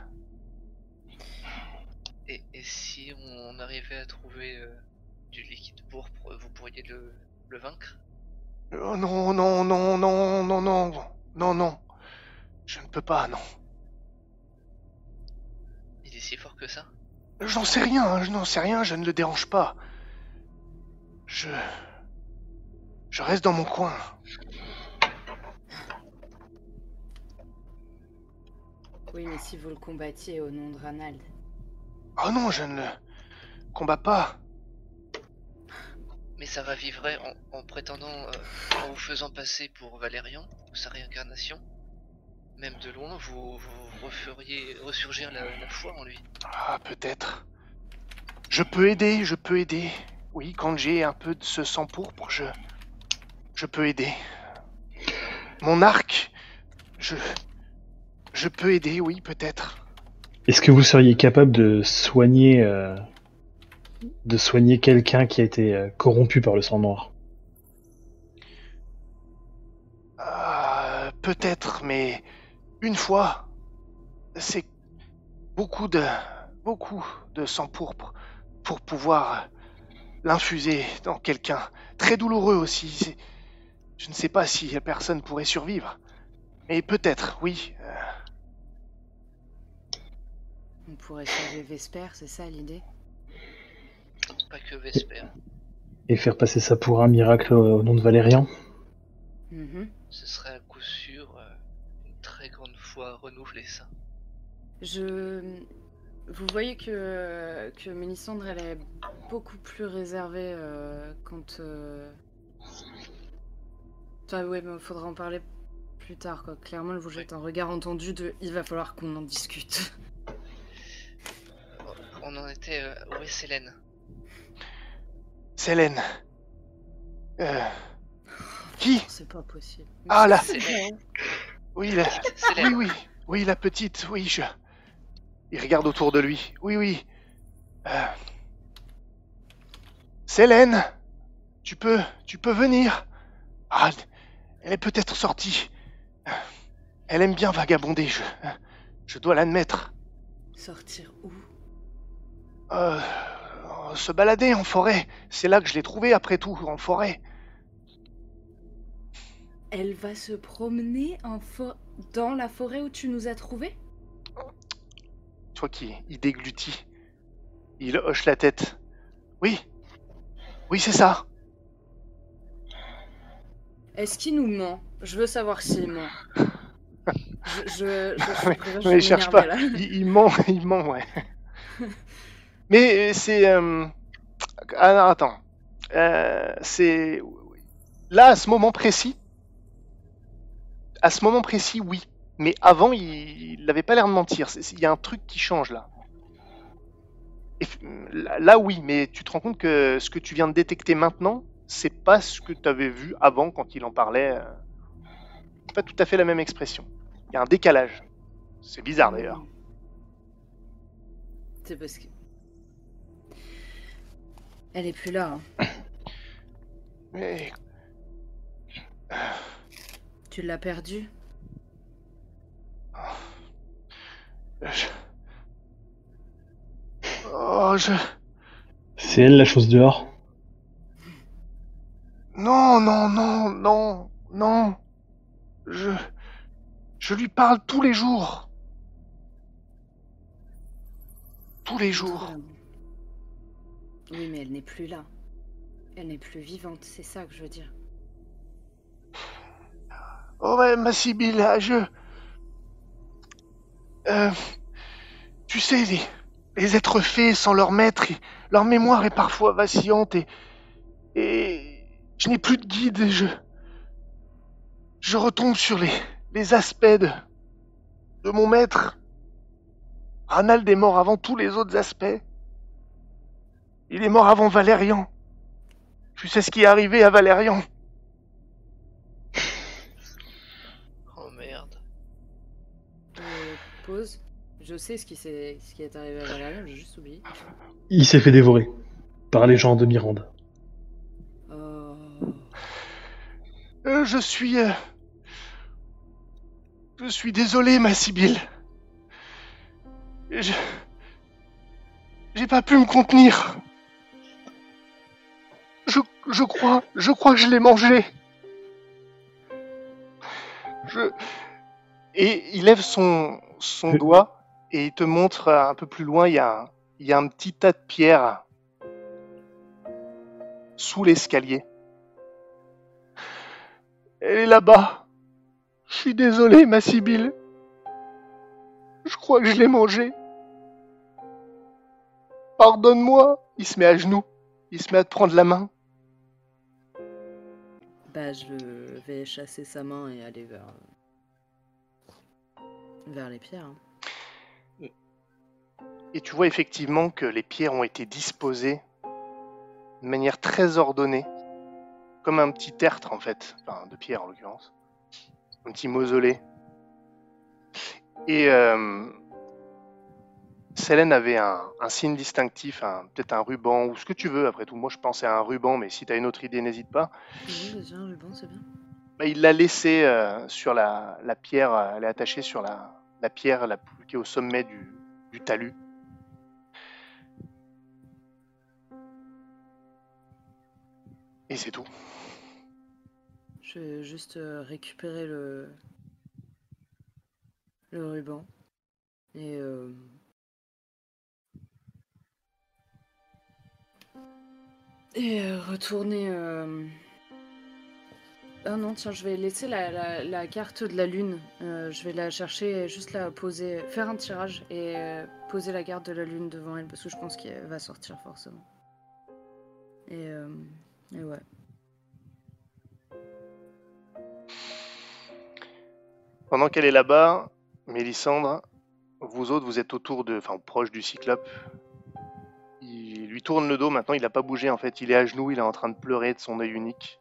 Et si on arrivait à trouver du liquide pourpre, vous pourriez le vaincre? Oh non. Je ne peux pas, non. Il est si fort que ça? Je n'en sais rien, je ne le dérange pas. Je reste dans mon coin. Oui, mais si vous le combattiez au nom de Ranald... Oh non, je ne le combats pas. Mais ça raviverait en prétendant, en vous faisant passer pour Valérian, ou sa réincarnation. Même de loin, vous referiez ressurgir la foi en lui. Ah, peut-être. Je peux aider. Oui, quand j'ai un peu de ce sang pourpre, je peux aider. Mon arc, je peux aider, oui, peut-être. Est-ce que vous seriez capable de soigner quelqu'un qui a été corrompu par le sang noir? Peut-être, mais une fois, c'est beaucoup de sang pourpre pour pouvoir l'infuser dans quelqu'un. Très douloureux aussi. Je ne sais pas si la personne pourrait survivre. Mais peut-être, oui. On pourrait sauver Vesper, c'est ça l'idée? Pas que Vesper. Et faire passer ça pour un miracle au nom de Valérian. Mhm. Ce serait à coup sûr une très grande foi renouveler ça. Vous voyez que Mélissandre, elle est beaucoup plus réservée quand... Enfin, ouais, mais faudra en parler plus tard, quoi. Clairement, elle vous jette un regard entendu de « il va falloir qu'on en discute ». On en était... où est Célène? Célène. Qui? C'est pas possible. Ah, là. C'est vrai, hein. Oui, la... Célène. Oui, la petite, oui, Il regarde autour de lui. Oui. Célène, tu peux venir. Ah, elle est peut-être sortie. Elle aime bien vagabonder, je dois l'admettre. Sortir où? Se balader en forêt. C'est là que je l'ai trouvée, après tout, en forêt. Elle va se promener dans la forêt où tu nous as trouvés? Tu vois qu'il déglutit. Il hoche la tête. Oui, c'est ça. Est-ce qu'il nous ment? Je veux savoir s'il ment. Je Mais cherche pas. là. Il ment, ouais. Mais c'est... Ah non, attends. C'est... Là, à ce moment précis, oui. Mais avant, il n'avait pas l'air de mentir. Il y a un truc qui change, là. Et là, oui, mais tu te rends compte que ce que tu viens de détecter maintenant, c'est pas ce que tu avais vu avant quand il en parlait. C'est pas tout à fait la même expression. Il y a un décalage. C'est bizarre, d'ailleurs. C'est parce que... Elle est plus là. Hein. Mais... Tu l'as perdue? C'est elle la chose dehors. Non. Je lui parle tous les jours. Tous les jours. Oui, mais elle n'est plus là. Elle n'est plus vivante, c'est ça que je veux dire. Oh ouais, ma Sibylle, tu sais, les êtres faits sans leur maître, leur mémoire est parfois vacillante et je n'ai plus de guide et je retombe sur les aspects de mon maître. Ranald est mort avant tous les autres aspects. Il est mort avant Valérian. Tu sais ce qui est arrivé à Valérian? Oh merde. Pause. Je sais ce qui est arrivé à Valérian, j'ai juste oublié. Il s'est fait dévorer par les gens de Mirande. Oh. Je suis désolé, ma Sibylle. J'ai pas pu me contenir. Je crois que je l'ai mangé. Et il lève son doigt et il te montre un peu plus loin, il y a un petit tas de pierres sous l'escalier. Elle est là-bas. Je suis désolé, ma Sibylle. Je crois que je l'ai mangé. Pardonne-moi. Il se met à genoux. Il se met à te prendre la main. Bah, je vais chasser sa main et aller vers les pierres. Hein. Et tu vois effectivement que les pierres ont été disposées de manière très ordonnée, comme un petit tertre en fait, enfin de pierre en l'occurrence, un petit mausolée. Et Célène avait un signe distinctif, peut-être un ruban ou ce que tu veux après tout. Moi je pensais à un ruban, mais si tu as une autre idée, n'hésite pas. Oui, déjà un ruban, c'est bien. Bah, il l'a laissé sur la pierre, elle est attachée sur la pierre qui est au sommet du talus. Et c'est tout. Je vais juste récupérer le ruban et Et retourner... Ah non, tiens, je vais laisser la carte de la lune. Je vais la chercher et juste la poser, faire un tirage et poser la carte de la lune devant elle parce que je pense qu'elle va sortir forcément. Et ouais. Pendant qu'elle est là-bas, Mélissandre, vous autres, vous êtes autour de, enfin, proche du cyclope. Il lui tourne le dos maintenant, il n'a pas bougé en fait. Il est à genoux, il est en train de pleurer de son œil unique.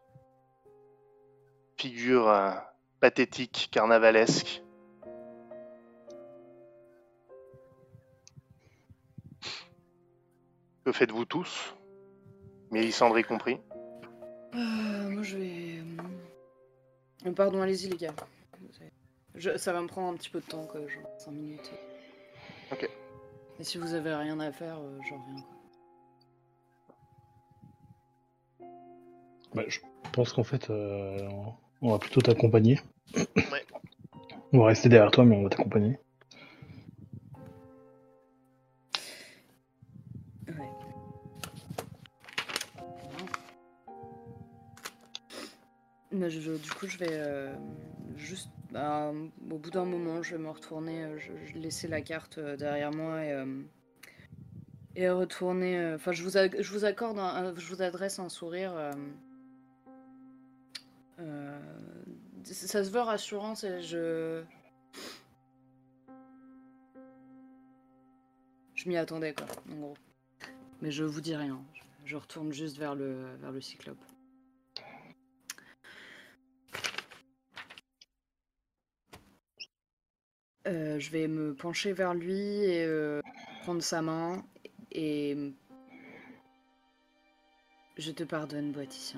Figure pathétique, carnavalesque. Que faites-vous tous? Mélissandre y compris. Moi je vais... Pardon, allez-y les gars. Ça va me prendre un petit peu de temps, quoi, genre 5 minutes. Ok. Et si vous avez rien à faire, j'en reviens, quoi. Bah, je pense qu'en fait, on va plutôt t'accompagner. Ouais. On va rester derrière toi, mais on va t'accompagner. Ouais. Mais du coup, je vais juste... au bout d'un moment, je vais me retourner, je laisser la carte derrière moi et retourner... Enfin, je vous accorde, je vous adresse un sourire... ça se veut rassurant, je m'y attendais, quoi, en gros. Mais je vous dis rien. Je retourne juste vers le cyclope. Je vais me pencher vers lui et prendre sa main et... Je te pardonne, Boiticien.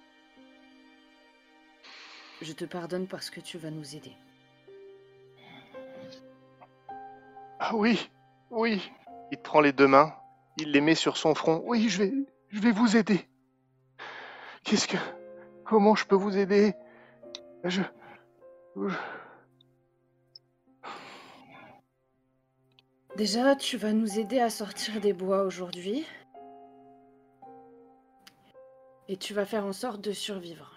Je te pardonne parce que tu vas nous aider. Ah oui, oui. Il te prend les deux mains, il les met sur son front. Oui, je vais vous aider. Comment je peux vous aider? Déjà, tu vas nous aider à sortir des bois aujourd'hui. Et tu vas faire en sorte de survivre.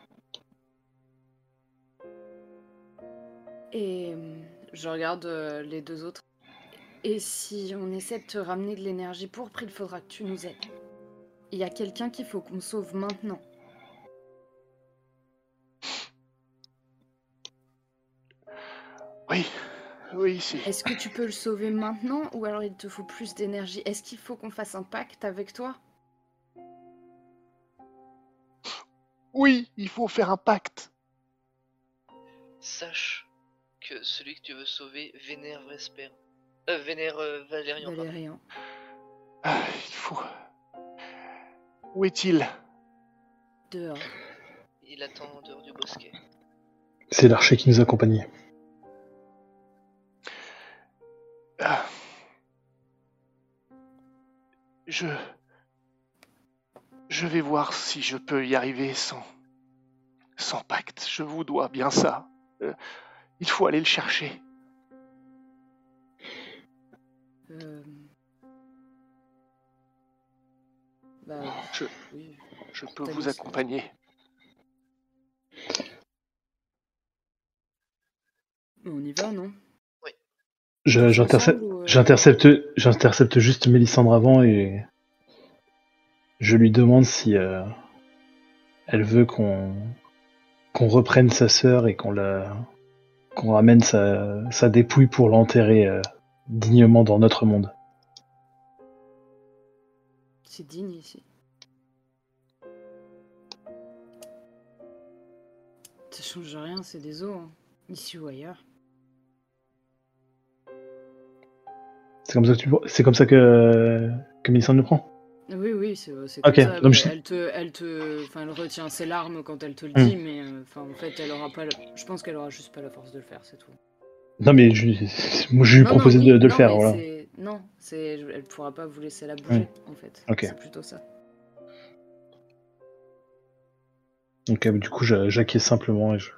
Et je regarde les deux autres. Et si on essaie de te ramener de l'énergie pour prix, il faudra que tu nous aides. Il y a quelqu'un qu'il faut qu'on sauve maintenant. Oui, si. Est-ce que tu peux le sauver maintenant ou alors il te faut plus d'énergie? Est-ce qu'il faut qu'on fasse un pacte avec toi? Oui, il faut faire un pacte. Sache que celui que tu veux sauver vénère Vesper. Vénère Valérian. pardon. Valérian. Ah, il faut... Où est-il? Dehors. Il attend en dehors du bosquet. C'est l'archer qui nous accompagnait. Ah. Je vais voir si je peux y arriver sans pacte. Je vous dois bien ça. Il faut aller le chercher. Oui. Je peux vous accompagner. On y va, non? Oui. J'intercepte juste Mélissandre avant et je lui demande si elle veut qu'on reprenne sa sœur et qu'on ramène sa dépouille pour l'enterrer dignement dans notre monde. C'est digne ici. Ça change rien, c'est des eaux, hein. Ici ou ailleurs. C'est comme ça que Mélissandre nous prend. Oui, c'est comme Ok, ça. donc Elle retient ses larmes quand elle te le dit, mais en fait, elle aura pas. Je pense qu'elle aura juste pas la force de le faire, c'est tout. Non, mais moi, je lui ai proposé de le faire. Voilà. Elle pourra pas vous laisser la bouger, en fait. Ok. C'est plutôt ça. Donc, du coup, j'acquiesce simplement et je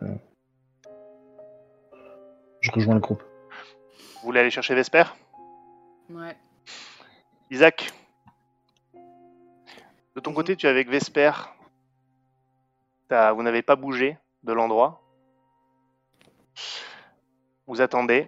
rejoins le groupe. Vous voulez aller chercher Vesper? Ouais. Isaac, De ton côté, tu es avec Vesper. Vous n'avez pas bougé de l'endroit. Vous attendez.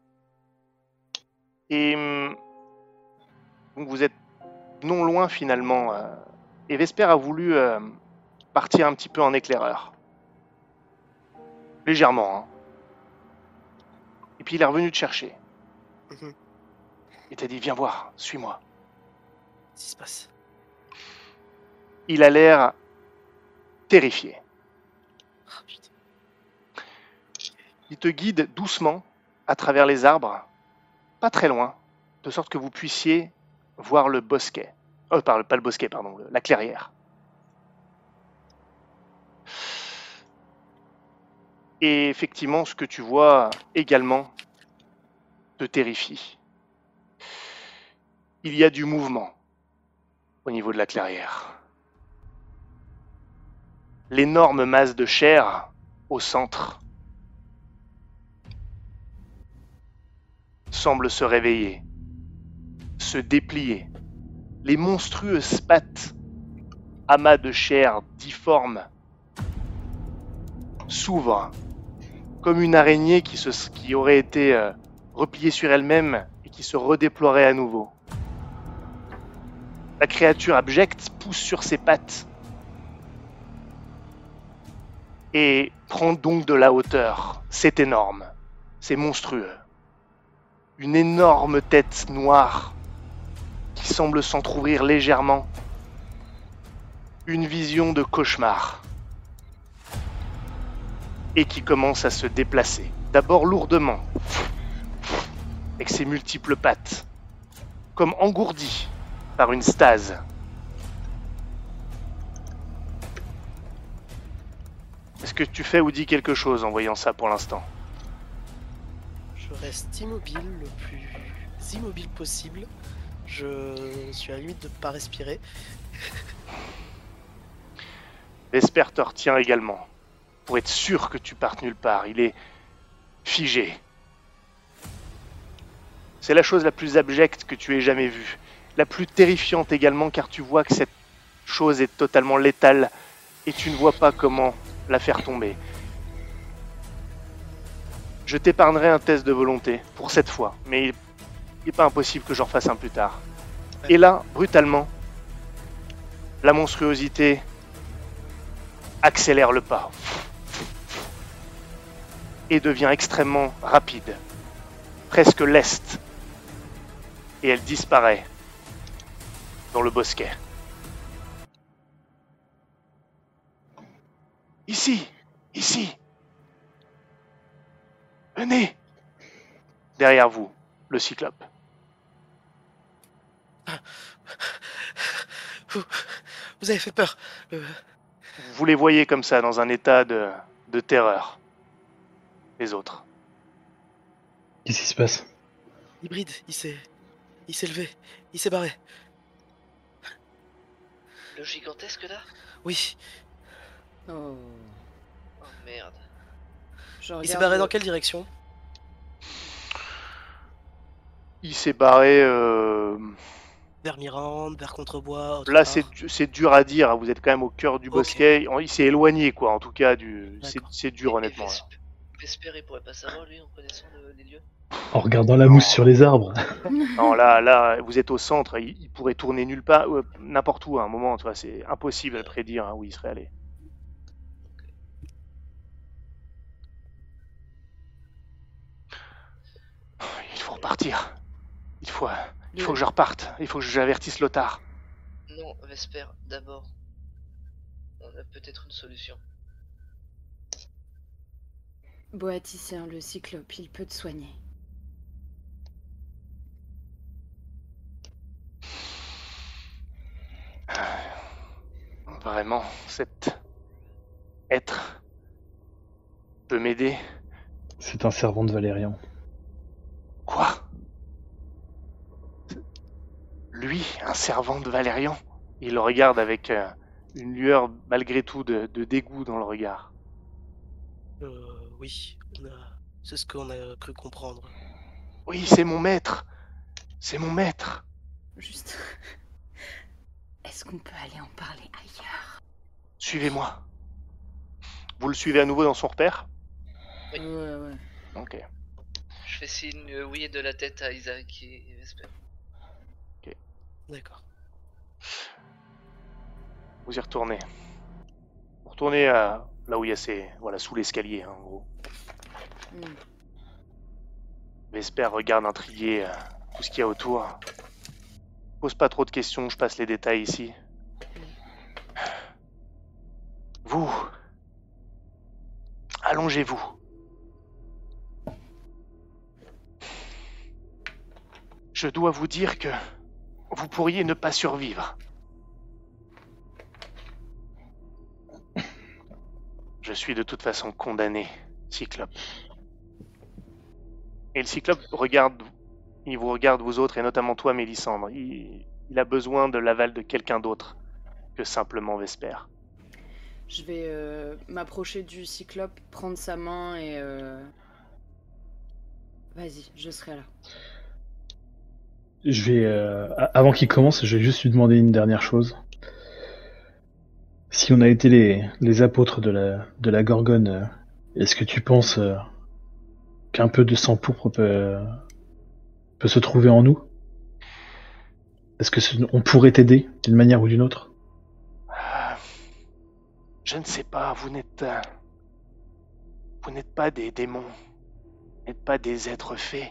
Et donc vous êtes non loin finalement. Et Vesper a voulu partir un petit peu en éclaireur. Légèrement. Hein. Et puis il est revenu te chercher. Mhm. Il t'a dit, viens voir, suis-moi. Qu'est-ce qui se passe? Il a l'air terrifié. Ah, putain. Il te guide doucement à travers les arbres, pas très loin, de sorte que vous puissiez voir le bosquet. Pas le bosquet, pardon, la clairière. Et effectivement, ce que tu vois également te terrifie. Il y a du mouvement au niveau de la clairière. L'énorme masse de chair au centre semble se réveiller, se déplier. Les monstrueuses pattes, amas de chair difformes, s'ouvrent comme une araignée qui aurait été repliée sur elle-même et qui se redéploierait à nouveau. La créature abjecte pousse sur ses pattes et prend donc de la hauteur. C'est énorme, c'est monstrueux. Une énorme tête noire qui semble s'entrouvrir légèrement. Une vision de cauchemar. Et qui commence à se déplacer. D'abord lourdement, avec ses multiples pattes, comme engourdi par une stase. Est-ce que tu fais ou dis quelque chose en voyant ça pour l'instant? Je reste immobile, le plus immobile possible. Je suis à la limite de ne pas respirer. Vesper te retient également, pour être sûr que tu partes nulle part. Il est figé. C'est la chose la plus abjecte que tu aies jamais vue. La plus terrifiante également, car tu vois que cette chose est totalement létale et tu ne vois pas comment la faire tomber. Je t'épargnerai un test de volonté pour cette fois, mais il n'est pas impossible que j'en fasse un plus tard. Et là, brutalement, la monstruosité accélère le pas et devient extrêmement rapide, presque leste, et elle disparaît dans le bosquet. Ici, ici. Venez. Derrière vous, le cyclope. Vous avez fait peur. Vous les voyez comme ça, dans un état de terreur. Les autres. Qu'est-ce qui se passe? Hybride, il s'est levé, il s'est barré. Le gigantesque là? Oui, Oh. Oh merde. Je il s'est regarde barré le- dans quelle direction? Il s'est barré... Vers Mirande, vers Contrebois, autre Là, part. c'est dur à dire. Hein. Vous êtes quand même au cœur du Ok. bosquet. Il s'est éloigné, quoi. En tout cas, D'accord. c'est dur, Et honnêtement. Là. Vesper, il pourrait pas savoir lui en connaissant les lieux. En regardant la mousse sur les arbres. Non, là, vous êtes au centre. Il pourrait tourner nulle part, n'importe où à un moment. Tu vois, c'est impossible à prédire hein, où il serait allé. Il faut repartir. Il faut que je reparte. Il faut que j'avertisse Lothar. Non, Vesper, d'abord. On a peut-être une solution. Boaticien, le cyclope, il peut te soigner. Vraiment, cet être peut m'aider. C'est un servant de Valérian. Quoi? Lui, un servant de Valérian? Il le regarde avec une lueur malgré tout de dégoût dans le regard. Oui, c'est ce qu'on a cru comprendre. Oui, c'est mon maître. C'est mon maître. Juste. est-ce qu'on peut aller en parler ailleurs? Suivez-moi. Vous le suivez à nouveau dans son repère? Ouais. Ok. Je fais signe oui de la tête à Isaac et Vesper. D'accord. Vous y retournez. Vous retournez à là où il y a ces... Voilà, sous l'escalier, hein, en gros. Vesper regarde intrigué tout ce qu'il y a autour. Pose pas trop de questions, je passe les détails ici. Vous, allongez-vous. Je dois vous dire que vous pourriez ne pas survivre. Je suis de toute façon condamné, Cyclope. Et le Cyclope il vous regarde vous autres, et notamment toi, Mélissandre. Il a besoin de l'aval de quelqu'un d'autre que simplement Vesper. Je vais m'approcher du Cyclope, prendre sa main et... Vas-y, je serai là. Je vais, avant qu'il commence, je vais juste lui demander une dernière chose. Si on a été les apôtres de la Gorgone, est-ce que tu penses qu'un peu de sang pourpre peut se trouver en nous? Est-ce que on pourrait t'aider d'une manière ou d'une autre? Je ne sais pas, vous n'êtes pas des démons, vous n'êtes pas des êtres faits.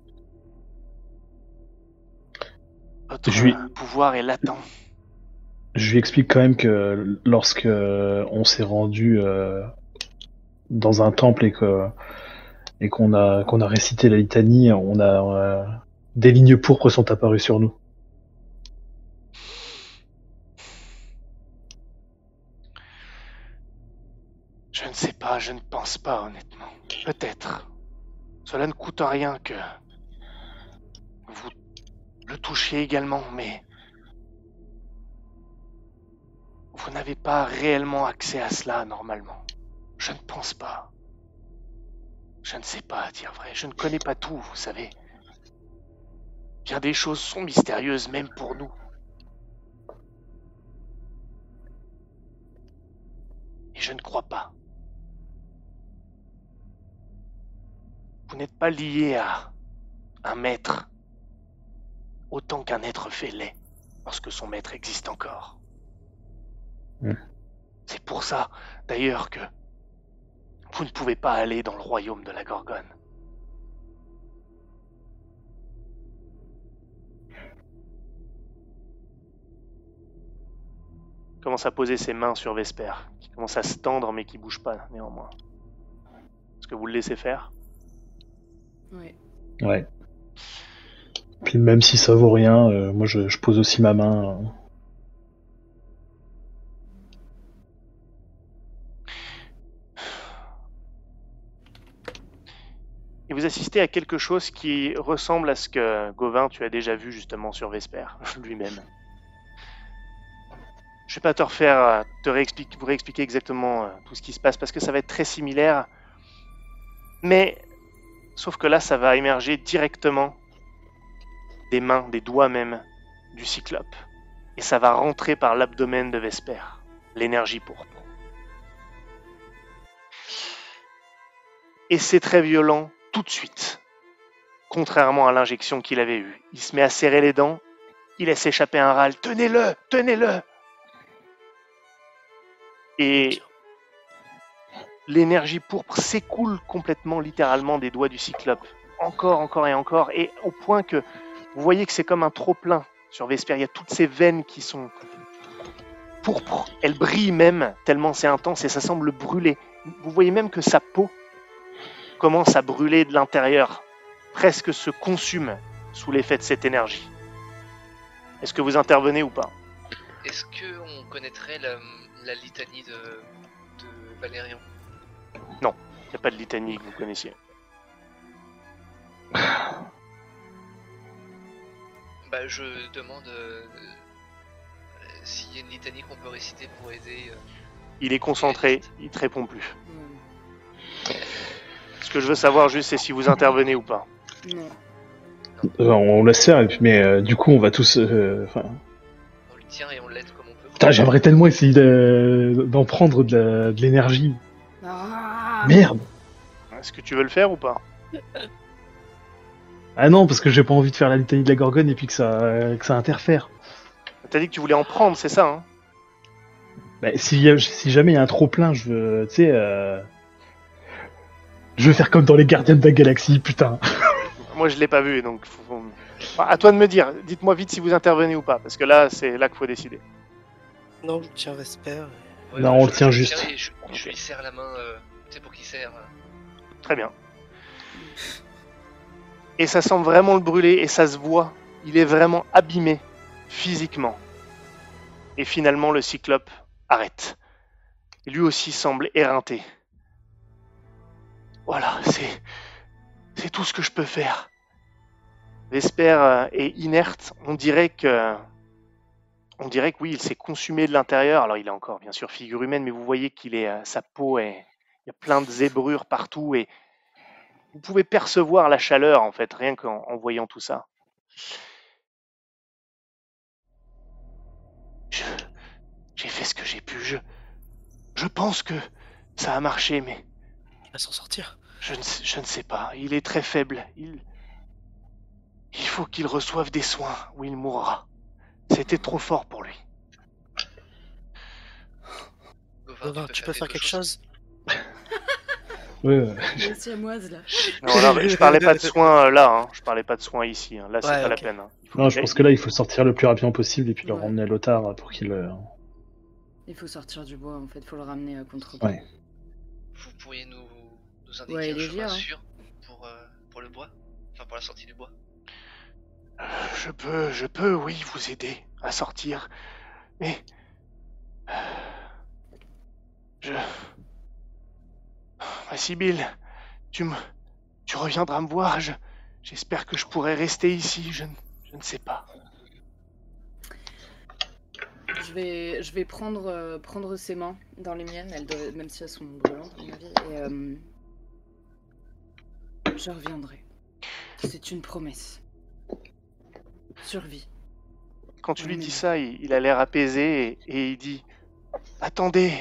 Votre pouvoir est latent. Je lui explique quand même que lorsque on s'est rendu dans un temple et qu'on a récité la litanie, on a des lignes pourpres sont apparues sur nous. Je ne sais pas, je ne pense pas honnêtement. Peut-être. Cela ne coûte rien que vous le touchiez également, mais vous n'avez pas réellement accès à cela normalement. Je ne pense pas. Je ne sais pas, à dire vrai. Je ne connais pas tout, vous savez. Bien des choses sont mystérieuses, même pour nous. Et je ne crois pas. Vous n'êtes pas lié à un maître autant qu'un être fait l'est, lorsque son maître existe encore. C'est pour ça, d'ailleurs, que vous ne pouvez pas aller dans le royaume de la Gorgone. Il commence à poser ses mains sur Vesper, qui commence à se tendre mais qui bouge pas néanmoins. Est-ce que vous le laissez faire? Ouais. Puis même si ça vaut rien, moi je pose aussi ma main. Et vous assistez à quelque chose qui ressemble à ce que, Gauvin, tu as déjà vu justement sur Vesper, lui-même. Je vais pas vous réexpliquer exactement tout ce qui se passe, parce que ça va être très similaire. Mais, sauf que là, ça va émerger directement des mains, des doigts même, du Cyclope. Et ça va rentrer par l'abdomen de Vesper, l'énergie pourpre. Et c'est très violent tout de suite, contrairement à l'injection qu'il avait eue. Il se met à serrer les dents, il laisse échapper un râle. Tenez-le, tenez-le! Et l'énergie pourpre s'écoule complètement, littéralement, des doigts du Cyclope. Encore et encore, et au point que vous voyez que c'est comme un trop-plein sur Vesper. Il y a toutes ces veines qui sont pourpres. Elles brillent même, tellement c'est intense, et ça semble brûler. Vous voyez même que sa peau commence à brûler de l'intérieur, presque se consume sous l'effet de cette énergie. Est-ce que vous intervenez ou pas? Est-ce qu'on connaîtrait la litanie de Valérian? Non, il n'y a pas de litanie que vous connaissiez. Bah, je demande s'il y a une litanie qu'on peut réciter pour aider. Il est concentré, il te répond plus. Ce que je veux savoir juste, c'est si vous intervenez ou pas. Non. On laisse faire, mais du coup on va tous... On lui tient et on l'aide comme on peut. Putain, j'aimerais tellement essayer d'en prendre de l'énergie. Ah Merde. Est-ce que tu veux le faire ou pas? Ah non, parce que j'ai pas envie de faire la litanie de la Gorgone et puis que ça interfère. T'as dit que tu voulais en prendre, c'est ça, hein? Bah, si jamais il y a un trop plein, je veux, tu sais, je veux faire comme dans les Gardiens de la Galaxie, putain. Moi, je l'ai pas vu, donc... Enfin, à toi de me dire. Dites-moi vite si vous intervenez ou pas, parce que là, c'est là qu'il faut décider. Non, je tiens Vesper. Ouais, Non, ouais, on le je tient le juste. tiens et je lui serre la main, tu sais pour qui serre. Très bien. Et ça semble vraiment le brûler, et ça se voit. Il est vraiment abîmé, physiquement. Et finalement, le cyclope arrête. Et lui aussi semble éreinté. Voilà, c'est tout ce que je peux faire. Vesper est inerte. On dirait que oui, il s'est consumé de l'intérieur. Alors il a encore bien sûr figure humaine, mais vous voyez qu'il est sa peau est, il y a plein de zébrures partout et vous pouvez percevoir la chaleur en fait rien qu'en voyant tout ça. J'ai fait ce que j'ai pu. Je pense que ça a marché, mais Il va s'en sortir. je ne sais pas. Il est très faible. Il faut qu'il reçoive des soins ou il mourra. C'était trop fort pour lui. Gauvin, tu peux faire quelque chose? Ouais. Les siamoises là. Non, là, je parlais pas de soins là. Hein. Je parlais pas de soins ici. Hein. Là, c'est Ouais, pas la ok. peine. Hein. Non, je pense que là, il faut sortir le plus rapidement possible et puis le Ouais. ramener à Lothar pour qu'il... Il faut sortir du bois en fait, faut le ramener à contre. Ouais. Vous pourriez nous indiquer Ouais, un il est chemin vieux, hein. sûr pour le bois? Enfin, pour la sortie du bois. Je peux, oui, vous aider à sortir. Mais... Ma Sibylle, tu reviendras me voir. J'espère que je pourrai rester ici. Je ne sais pas. Je vais prendre ses mains dans les miennes, même si elles sont brûlantes à mon avis, et je reviendrai. C'est une promesse. Survie. Quand tu lui Oui, dis mais- ça, il a l'air apaisé et il dit « Attendez,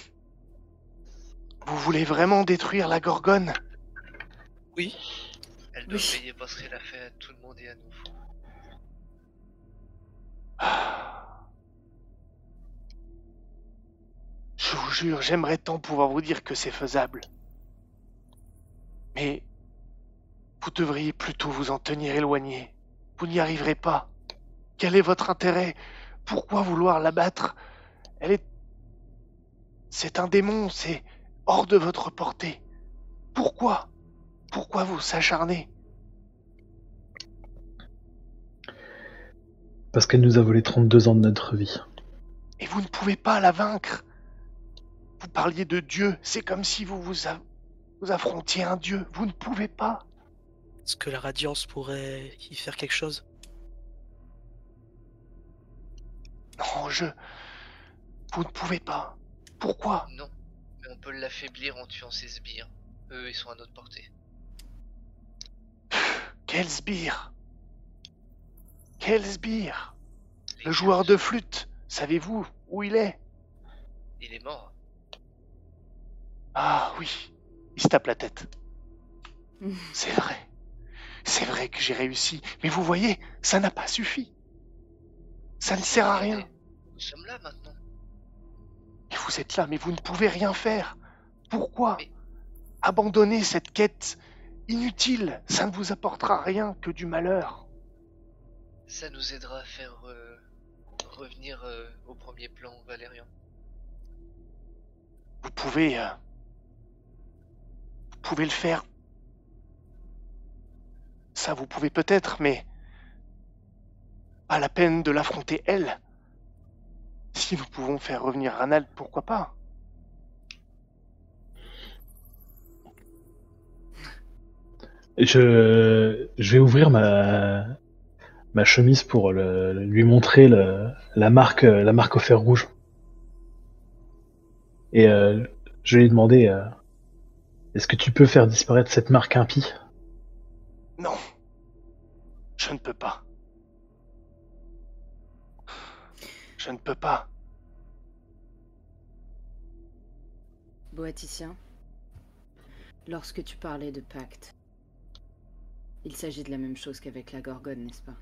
vous voulez vraiment détruire la Gorgone ? Oui. Elle doit Oui. payer parce qu'elle a fait à tout le monde et à nous. Je vous jure, j'aimerais tant pouvoir vous dire que c'est faisable. Mais vous devriez plutôt vous en tenir éloigné. Vous n'y arriverez pas. Quel est votre intérêt ? Pourquoi vouloir l'abattre ? C'est un démon, c'est hors de votre portée. Pourquoi ? Pourquoi vous s'acharnez ? Parce qu'elle nous a volé 32 ans de notre vie. Et vous ne pouvez pas la vaincre. Vous parliez de Dieu, c'est comme si vous affrontiez un Dieu. Vous ne pouvez pas. Est-ce que la radiance pourrait y faire quelque chose? Non, vous ne pouvez pas. Pourquoi ? Non, mais on peut l'affaiblir en tuant ses sbires. Eux, ils sont à notre portée. Quel sbire ? Quel sbire ? Les Le joueur dieux, de flûte, savez-vous où il est ? Il est mort. Ah oui, il se tape la tête. C'est vrai. C'est vrai que j'ai réussi. Mais vous voyez, ça n'a pas suffi. Ça ne sert à rien. Nous sommes là maintenant. Et vous êtes là, mais vous ne pouvez rien faire. Pourquoi ? Mais- Abandonner cette quête inutile, ça ne vous apportera rien que du malheur. Ça nous aidera à faire revenir au premier plan Valérian. Vous pouvez le faire. Ça, vous pouvez peut-être, mais pas la peine de l'affronter elle. Si nous pouvons faire revenir Ranald, pourquoi pas ? Je vais ouvrir ma chemise pour lui montrer la marque au fer rouge. Et je vais lui demander est-ce que tu peux faire disparaître cette marque impie ? Non, je ne peux pas. Je ne peux pas. Boaticien, lorsque tu parlais de pacte, il s'agit de la même chose qu'avec la Gorgone, n'est-ce pas?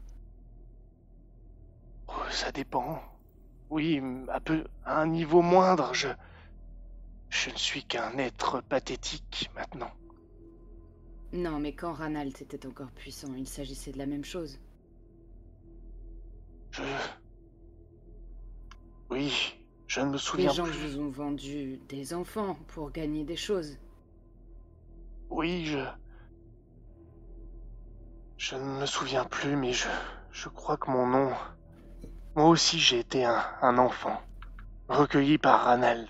Oh, ça dépend. Oui, à un niveau moindre, je ne suis qu'un être pathétique maintenant. Non, mais quand Ranald était encore puissant, il s'agissait de la même chose. Oui, je ne me Les souviens gens plus. vous ont vendu des enfants pour gagner des choses. Oui, je ne me souviens plus, mais je crois que mon nom... Moi aussi, j'ai été un enfant, recueilli par Ranald.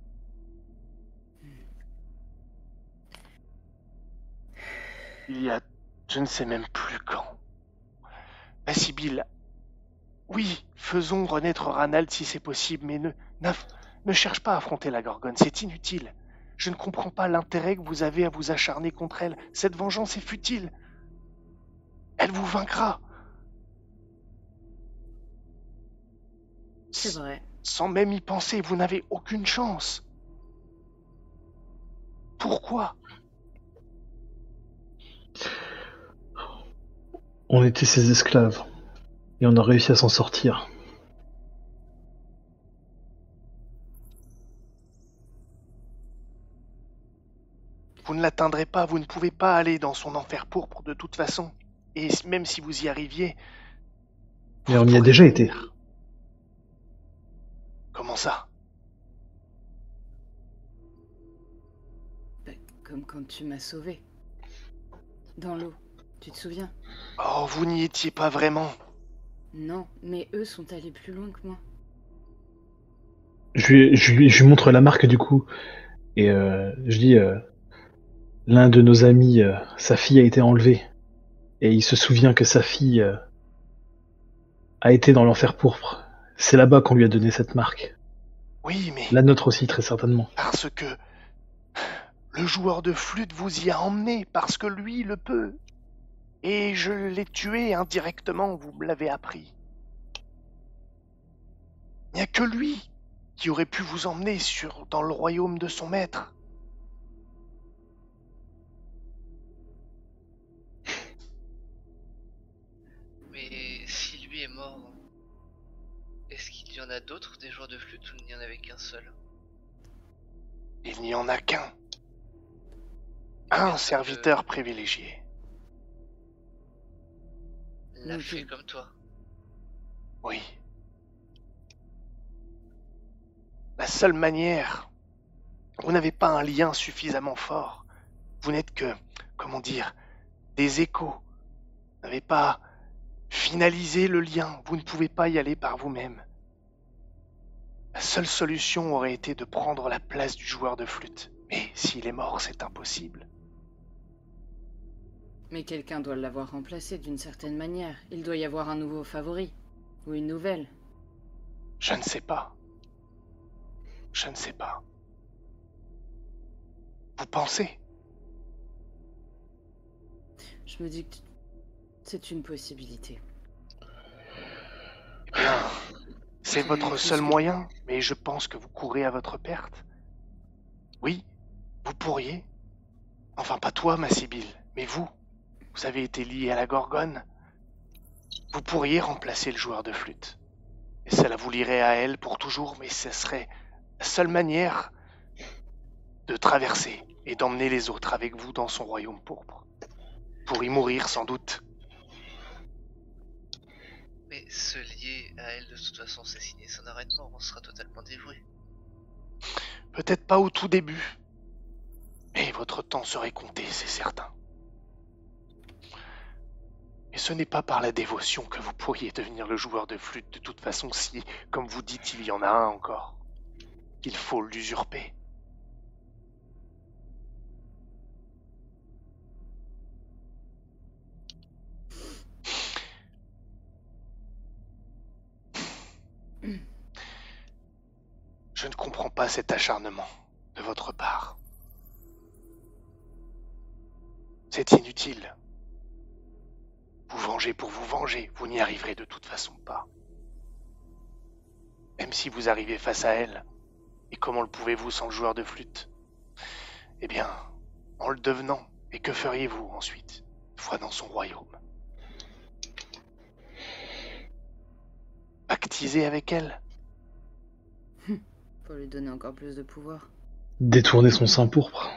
Il y a... je ne sais même plus quand. La Sibylle... Oui, faisons renaître Ranald si c'est possible, mais ne cherche pas à affronter la Gorgone, c'est inutile. Je ne comprends pas l'intérêt que vous avez à vous acharner contre elle. Cette vengeance est futile. Elle vous vaincra. C'est vrai. Sans même y penser, vous n'avez aucune chance. Pourquoi? On était ses esclaves. Et on a réussi à s'en sortir. Vous ne l'atteindrez pas, vous ne pouvez pas aller dans son enfer pourpre de toute façon. Et même si vous y arriviez... Mais vous on y a pourrez déjà été. mourir. Comment ça? Comme quand tu m'as sauvé. Dans l'eau. Tu te souviens? Oh, vous n'y étiez pas vraiment. Non, mais eux sont allés plus loin que moi. Je lui montre la marque du coup. Et je dis, l'un de nos amis, sa fille a été enlevée. Et il se souvient que sa fille a été dans l'enfer pourpre. C'est là-bas qu'on lui a donné cette marque. Oui, mais... La nôtre aussi, très certainement. Parce que... le joueur de flûte vous y a emmené, parce que lui le peut. Et je l'ai tué indirectement, vous me l'avez appris. Il n'y a que lui qui aurait pu vous emmener dans le royaume de son maître. Mais si lui est mort, est-ce qu'il y en a d'autres des joueurs de flûte ou il n'y en avait qu'un seul? Il n'y en a qu'un. Et Un personne serviteur privilégié. l'a Ok. fait comme toi. Oui. La seule manière... Vous n'avez pas un lien suffisamment fort. Vous n'êtes que, comment dire, des échos. Vous n'avez pas finalisé le lien. Vous ne pouvez pas y aller par vous-même. La seule solution aurait été de prendre la place du joueur de flûte. Mais s'il est mort, c'est impossible. Mais quelqu'un doit l'avoir remplacé d'une certaine manière. Il doit y avoir un nouveau favori. Ou une nouvelle. Je ne sais pas. Je ne sais pas. Vous pensez? Je me dis que c'est une possibilité. Eh bien, c'est Mais votre faut seul se- moyen, mais je pense que vous courez à votre perte. Oui, vous pourriez. Enfin, pas toi, ma Sibylle, mais vous. Vous avez été lié à la Gorgone. Vous pourriez remplacer le joueur de flûte. Et cela vous lierait à elle pour toujours, mais ce serait la seule manière de traverser et d'emmener les autres avec vous dans son royaume pourpre. Pour y mourir, sans doute. Mais se lier à elle, de toute façon, c'est signer son arrêt de mort, on sera totalement dévoué. Peut-être pas au tout début. Mais votre temps serait compté, c'est certain. Et ce n'est pas par la dévotion que vous pourriez devenir le joueur de flûte de toute façon si, comme vous dites, il y en a un encore. Il faut l'usurper. Je ne comprends pas cet acharnement de votre part. C'est inutile. Vous venger pour vous venger, vous n'y arriverez de toute façon pas. même si vous arrivez face à elle. Et comment le pouvez-vous sans le joueur de flûte? Eh bien, en le devenant, et que feriez-vous ensuite, une fois dans son royaume? Pactiser avec elle? Pour lui donner encore plus de pouvoir. Détourner son sein pourpre.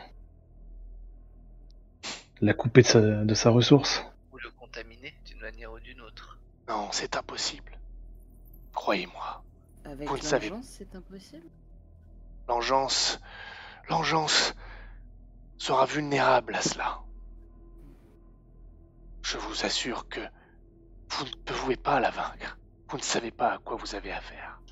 La couper de sa ressource. Ou le contaminer d'une manière ou d'une autre. Non, c'est impossible. Croyez-moi. Avec Vous ne savez- l'engeance, c'est impossible. L'engeance sera vulnérable à cela. Je vous assure que vous ne pouvez pas la vaincre. Vous ne savez pas à quoi vous avez affaire.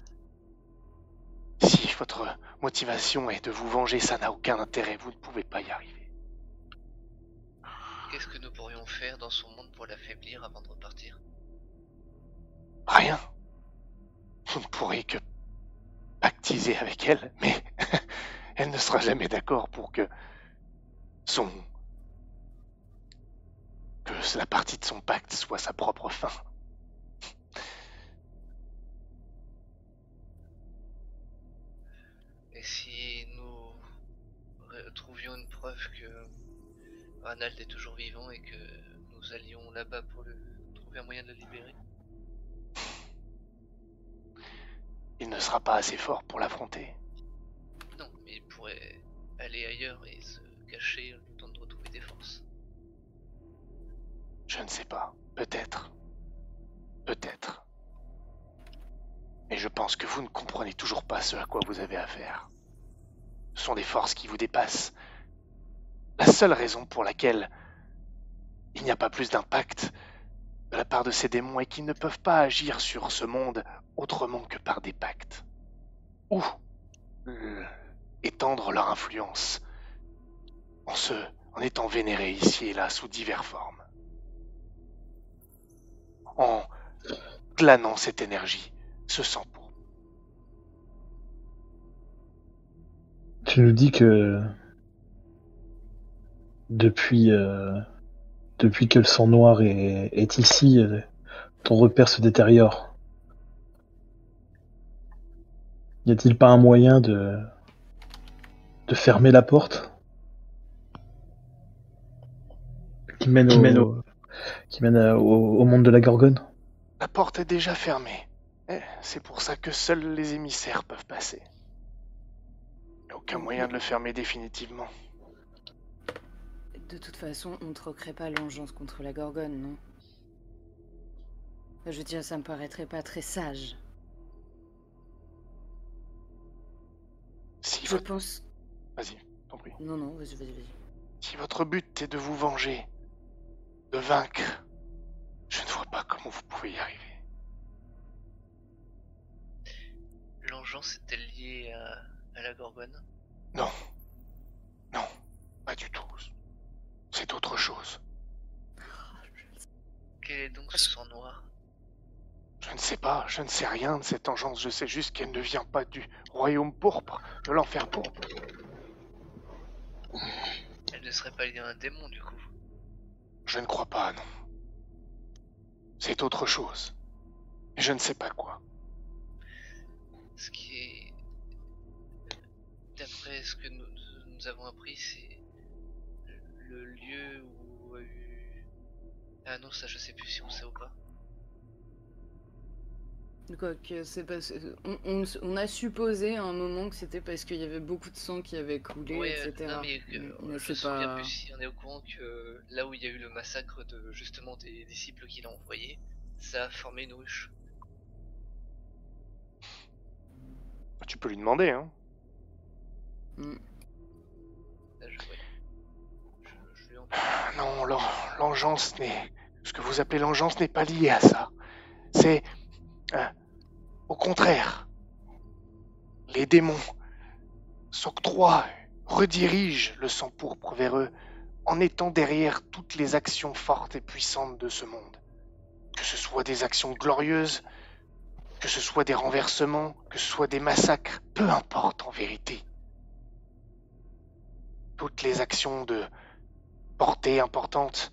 Si votre motivation est de vous venger, ça n'a aucun intérêt. Vous ne pouvez pas y arriver. Qu'est-ce que nous pourrions faire dans son monde pour l'affaiblir avant de repartir? Rien. Vous ne pourrez que pactiser avec elle, mais elle ne sera jamais d'accord pour que la partie de son pacte soit sa propre fin. Et si nous trouvions une preuve que Ranald est toujours vivant et que nous allions là-bas pour trouver un moyen de le libérer? Il ne sera pas assez fort pour l'affronter. Non, mais il pourrait aller ailleurs et se cacher le temps de retrouver des forces. Je ne sais pas. Peut-être. Peut-être. Mais je pense que vous ne comprenez toujours pas ce à quoi vous avez affaire. Ce sont des forces qui vous dépassent. La seule raison pour laquelle il n'y a pas plus d'impact de la part de ces démons est qu'ils ne peuvent pas agir sur ce monde autrement que par des pactes. Ou étendre leur influence en étant vénérés ici et là sous diverses formes. En glanant cette énergie, ce sang pourpre. Tu nous dis que depuis que le sang noir est ici, ton repère se détériore. Y a-t-il pas un moyen de fermer la porte qui mène au monde de la Gorgone? La porte est déjà fermée. C'est pour ça que seuls les émissaires peuvent passer. Il n'y a aucun moyen de le fermer définitivement. De toute façon, on ne troquerait pas l'engeance contre la Gorgone, non? Je veux dire, ça me paraîtrait pas très sage. Si Je pense... Vas-y, t'en prie. Non, vas-y. Si votre but est de vous venger, de vaincre, je ne vois pas comment vous pouvez y arriver. L'engeance est-elle liée à la Gorgone? Non, pas du tout. C'est autre chose. Quel est donc ce sang noir? Je ne sais pas, je ne sais rien de cette engeance. Je sais juste qu'elle ne vient pas du royaume pourpre, de l'enfer pourpre. Elle ne serait pas liée à un démon du coup? Je ne crois pas, non. C'est autre chose. Mais je ne sais pas quoi. Ce qui est... D'après ce que nous avons appris, c'est le lieu où a eu... Ah non, ça je sais plus si on sait ou pas. Quoi que c'est parce... on a supposé à un moment que c'était parce qu'il y avait beaucoup de sang qui avait coulé, Ouais, etc. non, mais Mais je me c'est souviens pas... plus si on est au courant que là où il y a eu le massacre de justement des disciples qu'il a envoyés, ça a formé une ruche. Tu peux lui demander, hein. Là, je lui en... Non, l'engeance n'est... Ce que vous appelez l'engeance n'est pas lié à ça. C'est... au contraire. Les démons s'octroient, redirigent le sang pourpre vers eux en étant derrière toutes les actions fortes et puissantes de ce monde. Que ce soit des actions glorieuses, que ce soit des renversements, que ce soit des massacres, peu importe en vérité. Toutes les actions de portée importante,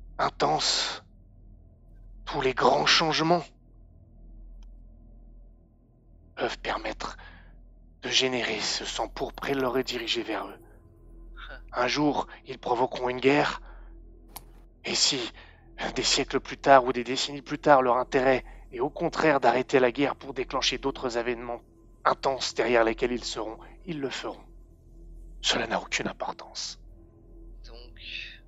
intense, tous les grands changements peuvent permettre de générer ce sang pourpre et le rediriger vers eux. Un jour, ils provoqueront une guerre, et si, des siècles plus tard ou des décennies plus tard, leur intérêt est au contraire d'arrêter la guerre pour déclencher d'autres événements intenses derrière lesquels ils seront, ils le feront. Cela n'a aucune importance. Donc,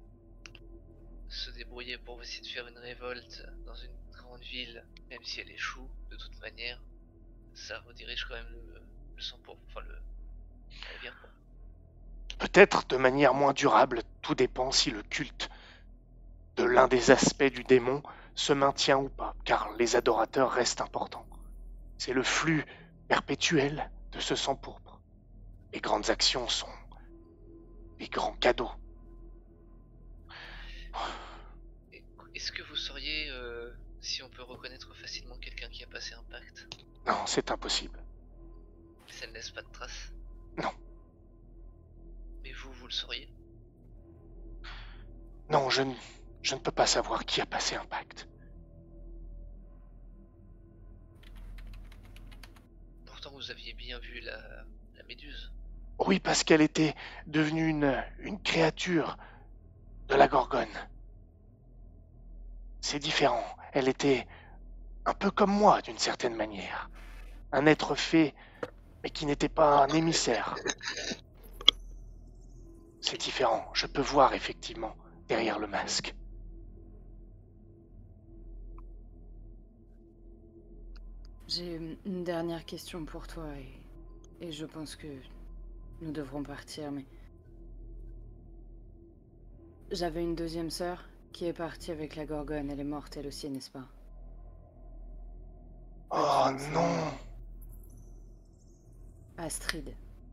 se débrouiller pour essayer de faire une révolte dans une grande ville, même si elle échoue, de toute manière, ça redirige quand même le sang pour... Enfin, la guerre pour... Peut-être de manière moins durable, tout dépend si le culte de l'un des aspects du démon se maintient ou pas, car les adorateurs restent importants. C'est le flux perpétuel de ce sang pourpre. Les grandes actions sont des grands cadeaux. Est-ce que vous sauriez si on peut reconnaître facilement quelqu'un qui a passé un pacte? Non, c'est impossible. Ça ne laisse pas de traces? Non. Mais vous le sauriez? Non, je ne peux pas savoir qui a passé un pacte. Pourtant vous aviez bien vu la méduse. Oui, parce qu'elle était devenue une créature de la Gorgone. C'est différent. Elle était un peu comme moi, d'une certaine manière. Un être fait, mais qui n'était pas un émissaire. C'est différent. Je peux voir, effectivement, derrière le masque. J'ai une dernière question pour toi et je pense que nous devrons partir, mais... J'avais une deuxième sœur qui est partie avec la Gorgone. Elle est morte elle aussi, n'est-ce pas? Oh non! Astrid.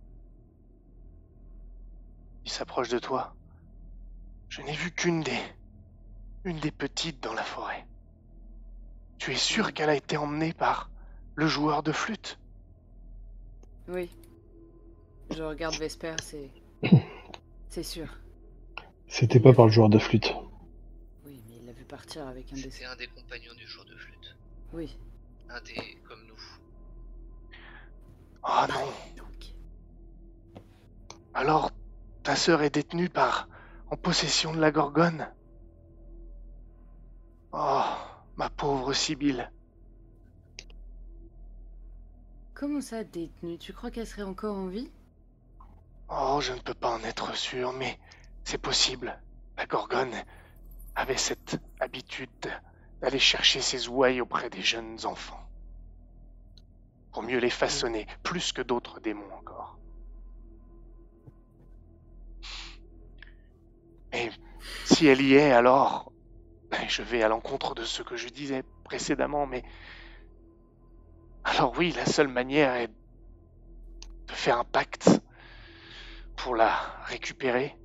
Il s'approche de toi. Je n'ai vu qu'une des petites dans la forêt. Tu es sûr qu'elle a été emmenée par le joueur de flûte? Oui. Je regarde Vesper, c'est sûr. C'était pas par le joueur de flûte. Oui, mais il l'a vu partir avec un C'était des... un des compagnons du joueur de flûte. Oui. Un des comme nous. Oh non! Donc... Alors, ta sœur est détenue en possession de la Gorgone? Oh, ma pauvre Sibylle. Comment ça, détenue? Tu crois qu'elle serait encore en vie? Oh, je ne peux pas en être sûr, mais c'est possible. La Gorgone avait cette habitude d'aller chercher ses ouailles auprès des jeunes enfants. Pour mieux les façonner, plus que d'autres démons encore. Et si elle y est, alors... Je vais à l'encontre de ce que je disais précédemment, mais... Alors oui, la seule manière est de faire un pacte pour la récupérer.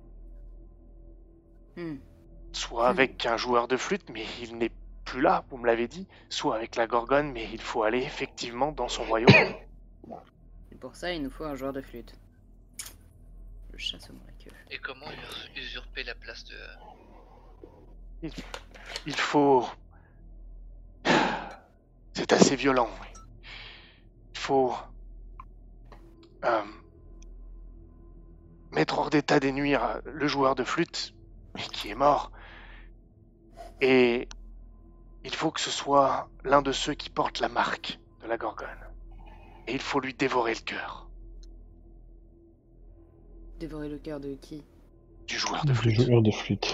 Soit avec un joueur de flûte, mais il n'est plus là, vous me l'avez dit. Soit avec la Gorgone, mais il faut aller effectivement dans son royaume. Et pour ça, il nous faut un joueur de flûte. Le chat se mord la queue. Et comment usurper la place de... Il faut... C'est assez violent. Il faut... mettre hors d'état des nuire le joueur de flûte, mais qui est mort. Et il faut que ce soit l'un de ceux qui portent la marque de la Gorgone. Et il faut lui dévorer le cœur. Dévorer le cœur de qui? Du joueur de Du flûte. joueur de flûte.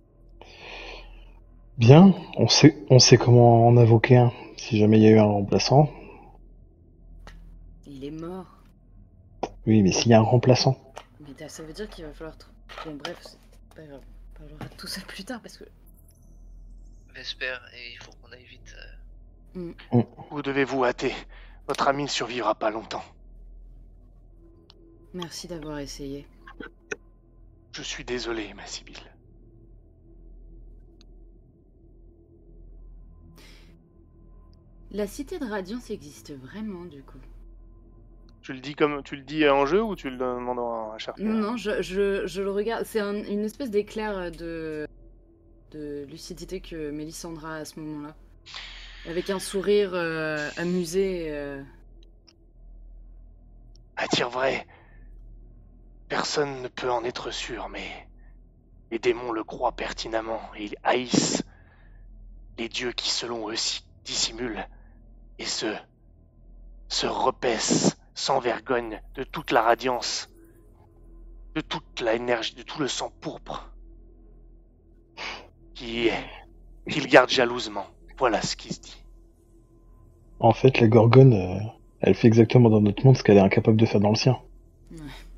Bien, on sait comment en invoquer un, si jamais il y a eu un remplaçant. Il est mort. Oui, mais s'il y a un remplaçant. Mais ça veut dire qu'il va falloir... Bon bref, c'est pas grave. On parlera de tout ça plus tard parce que... Vesper, et il faut qu'on aille vite. Où devez-vous hâter? Votre ami ne survivra pas longtemps. Merci d'avoir essayé. Je suis désolé, ma Sibylle. La cité de Radiance existe vraiment, du coup? Tu le dis en jeu ou tu le demandes à Charter? Non, je le regarde. C'est une espèce d'éclair de lucidité que Mélissandra a à ce moment-là. Avec un sourire amusé. sentir vrai. Personne ne peut en être sûr, mais les démons le croient pertinemment et ils haïssent les dieux qui, selon eux, dissimulent et se repaissent sans vergogne de toute la radiance, de toute la énergie, de tout le sang pourpre qu'ils gardent jalousement. Voilà ce qui se dit. En fait, la Gorgone, elle fait exactement dans notre monde ce qu'elle est incapable de faire dans le sien. Ouais.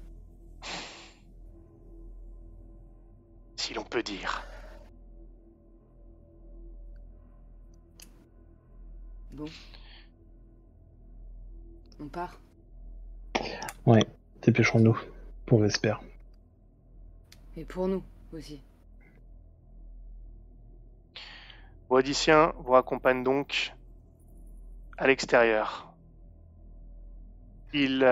Si l'on peut dire. Bon. On part. Ouais, dépêchons-nous, pour Vesper. Et pour nous aussi. Vos Odysséens vous raccompagnent donc à l'extérieur. Il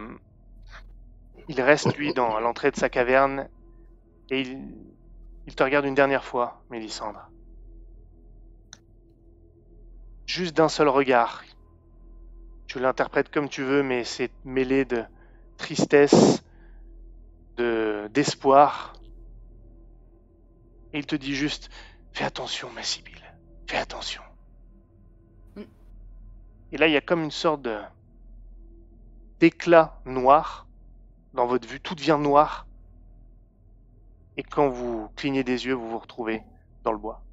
reste, lui, à l'entrée de sa caverne et il te regarde une dernière fois, Mélissandre. Juste d'un seul regard. Tu l'interprètes comme tu veux, mais c'est mêlé de tristesse, d'espoir. Et il te dit juste, fais attention, ma Sibylle, fais attention. Et là, il y a comme une sorte d'éclat noir dans votre vue, tout devient noir. Et quand vous clignez des yeux, vous vous retrouvez dans le bois.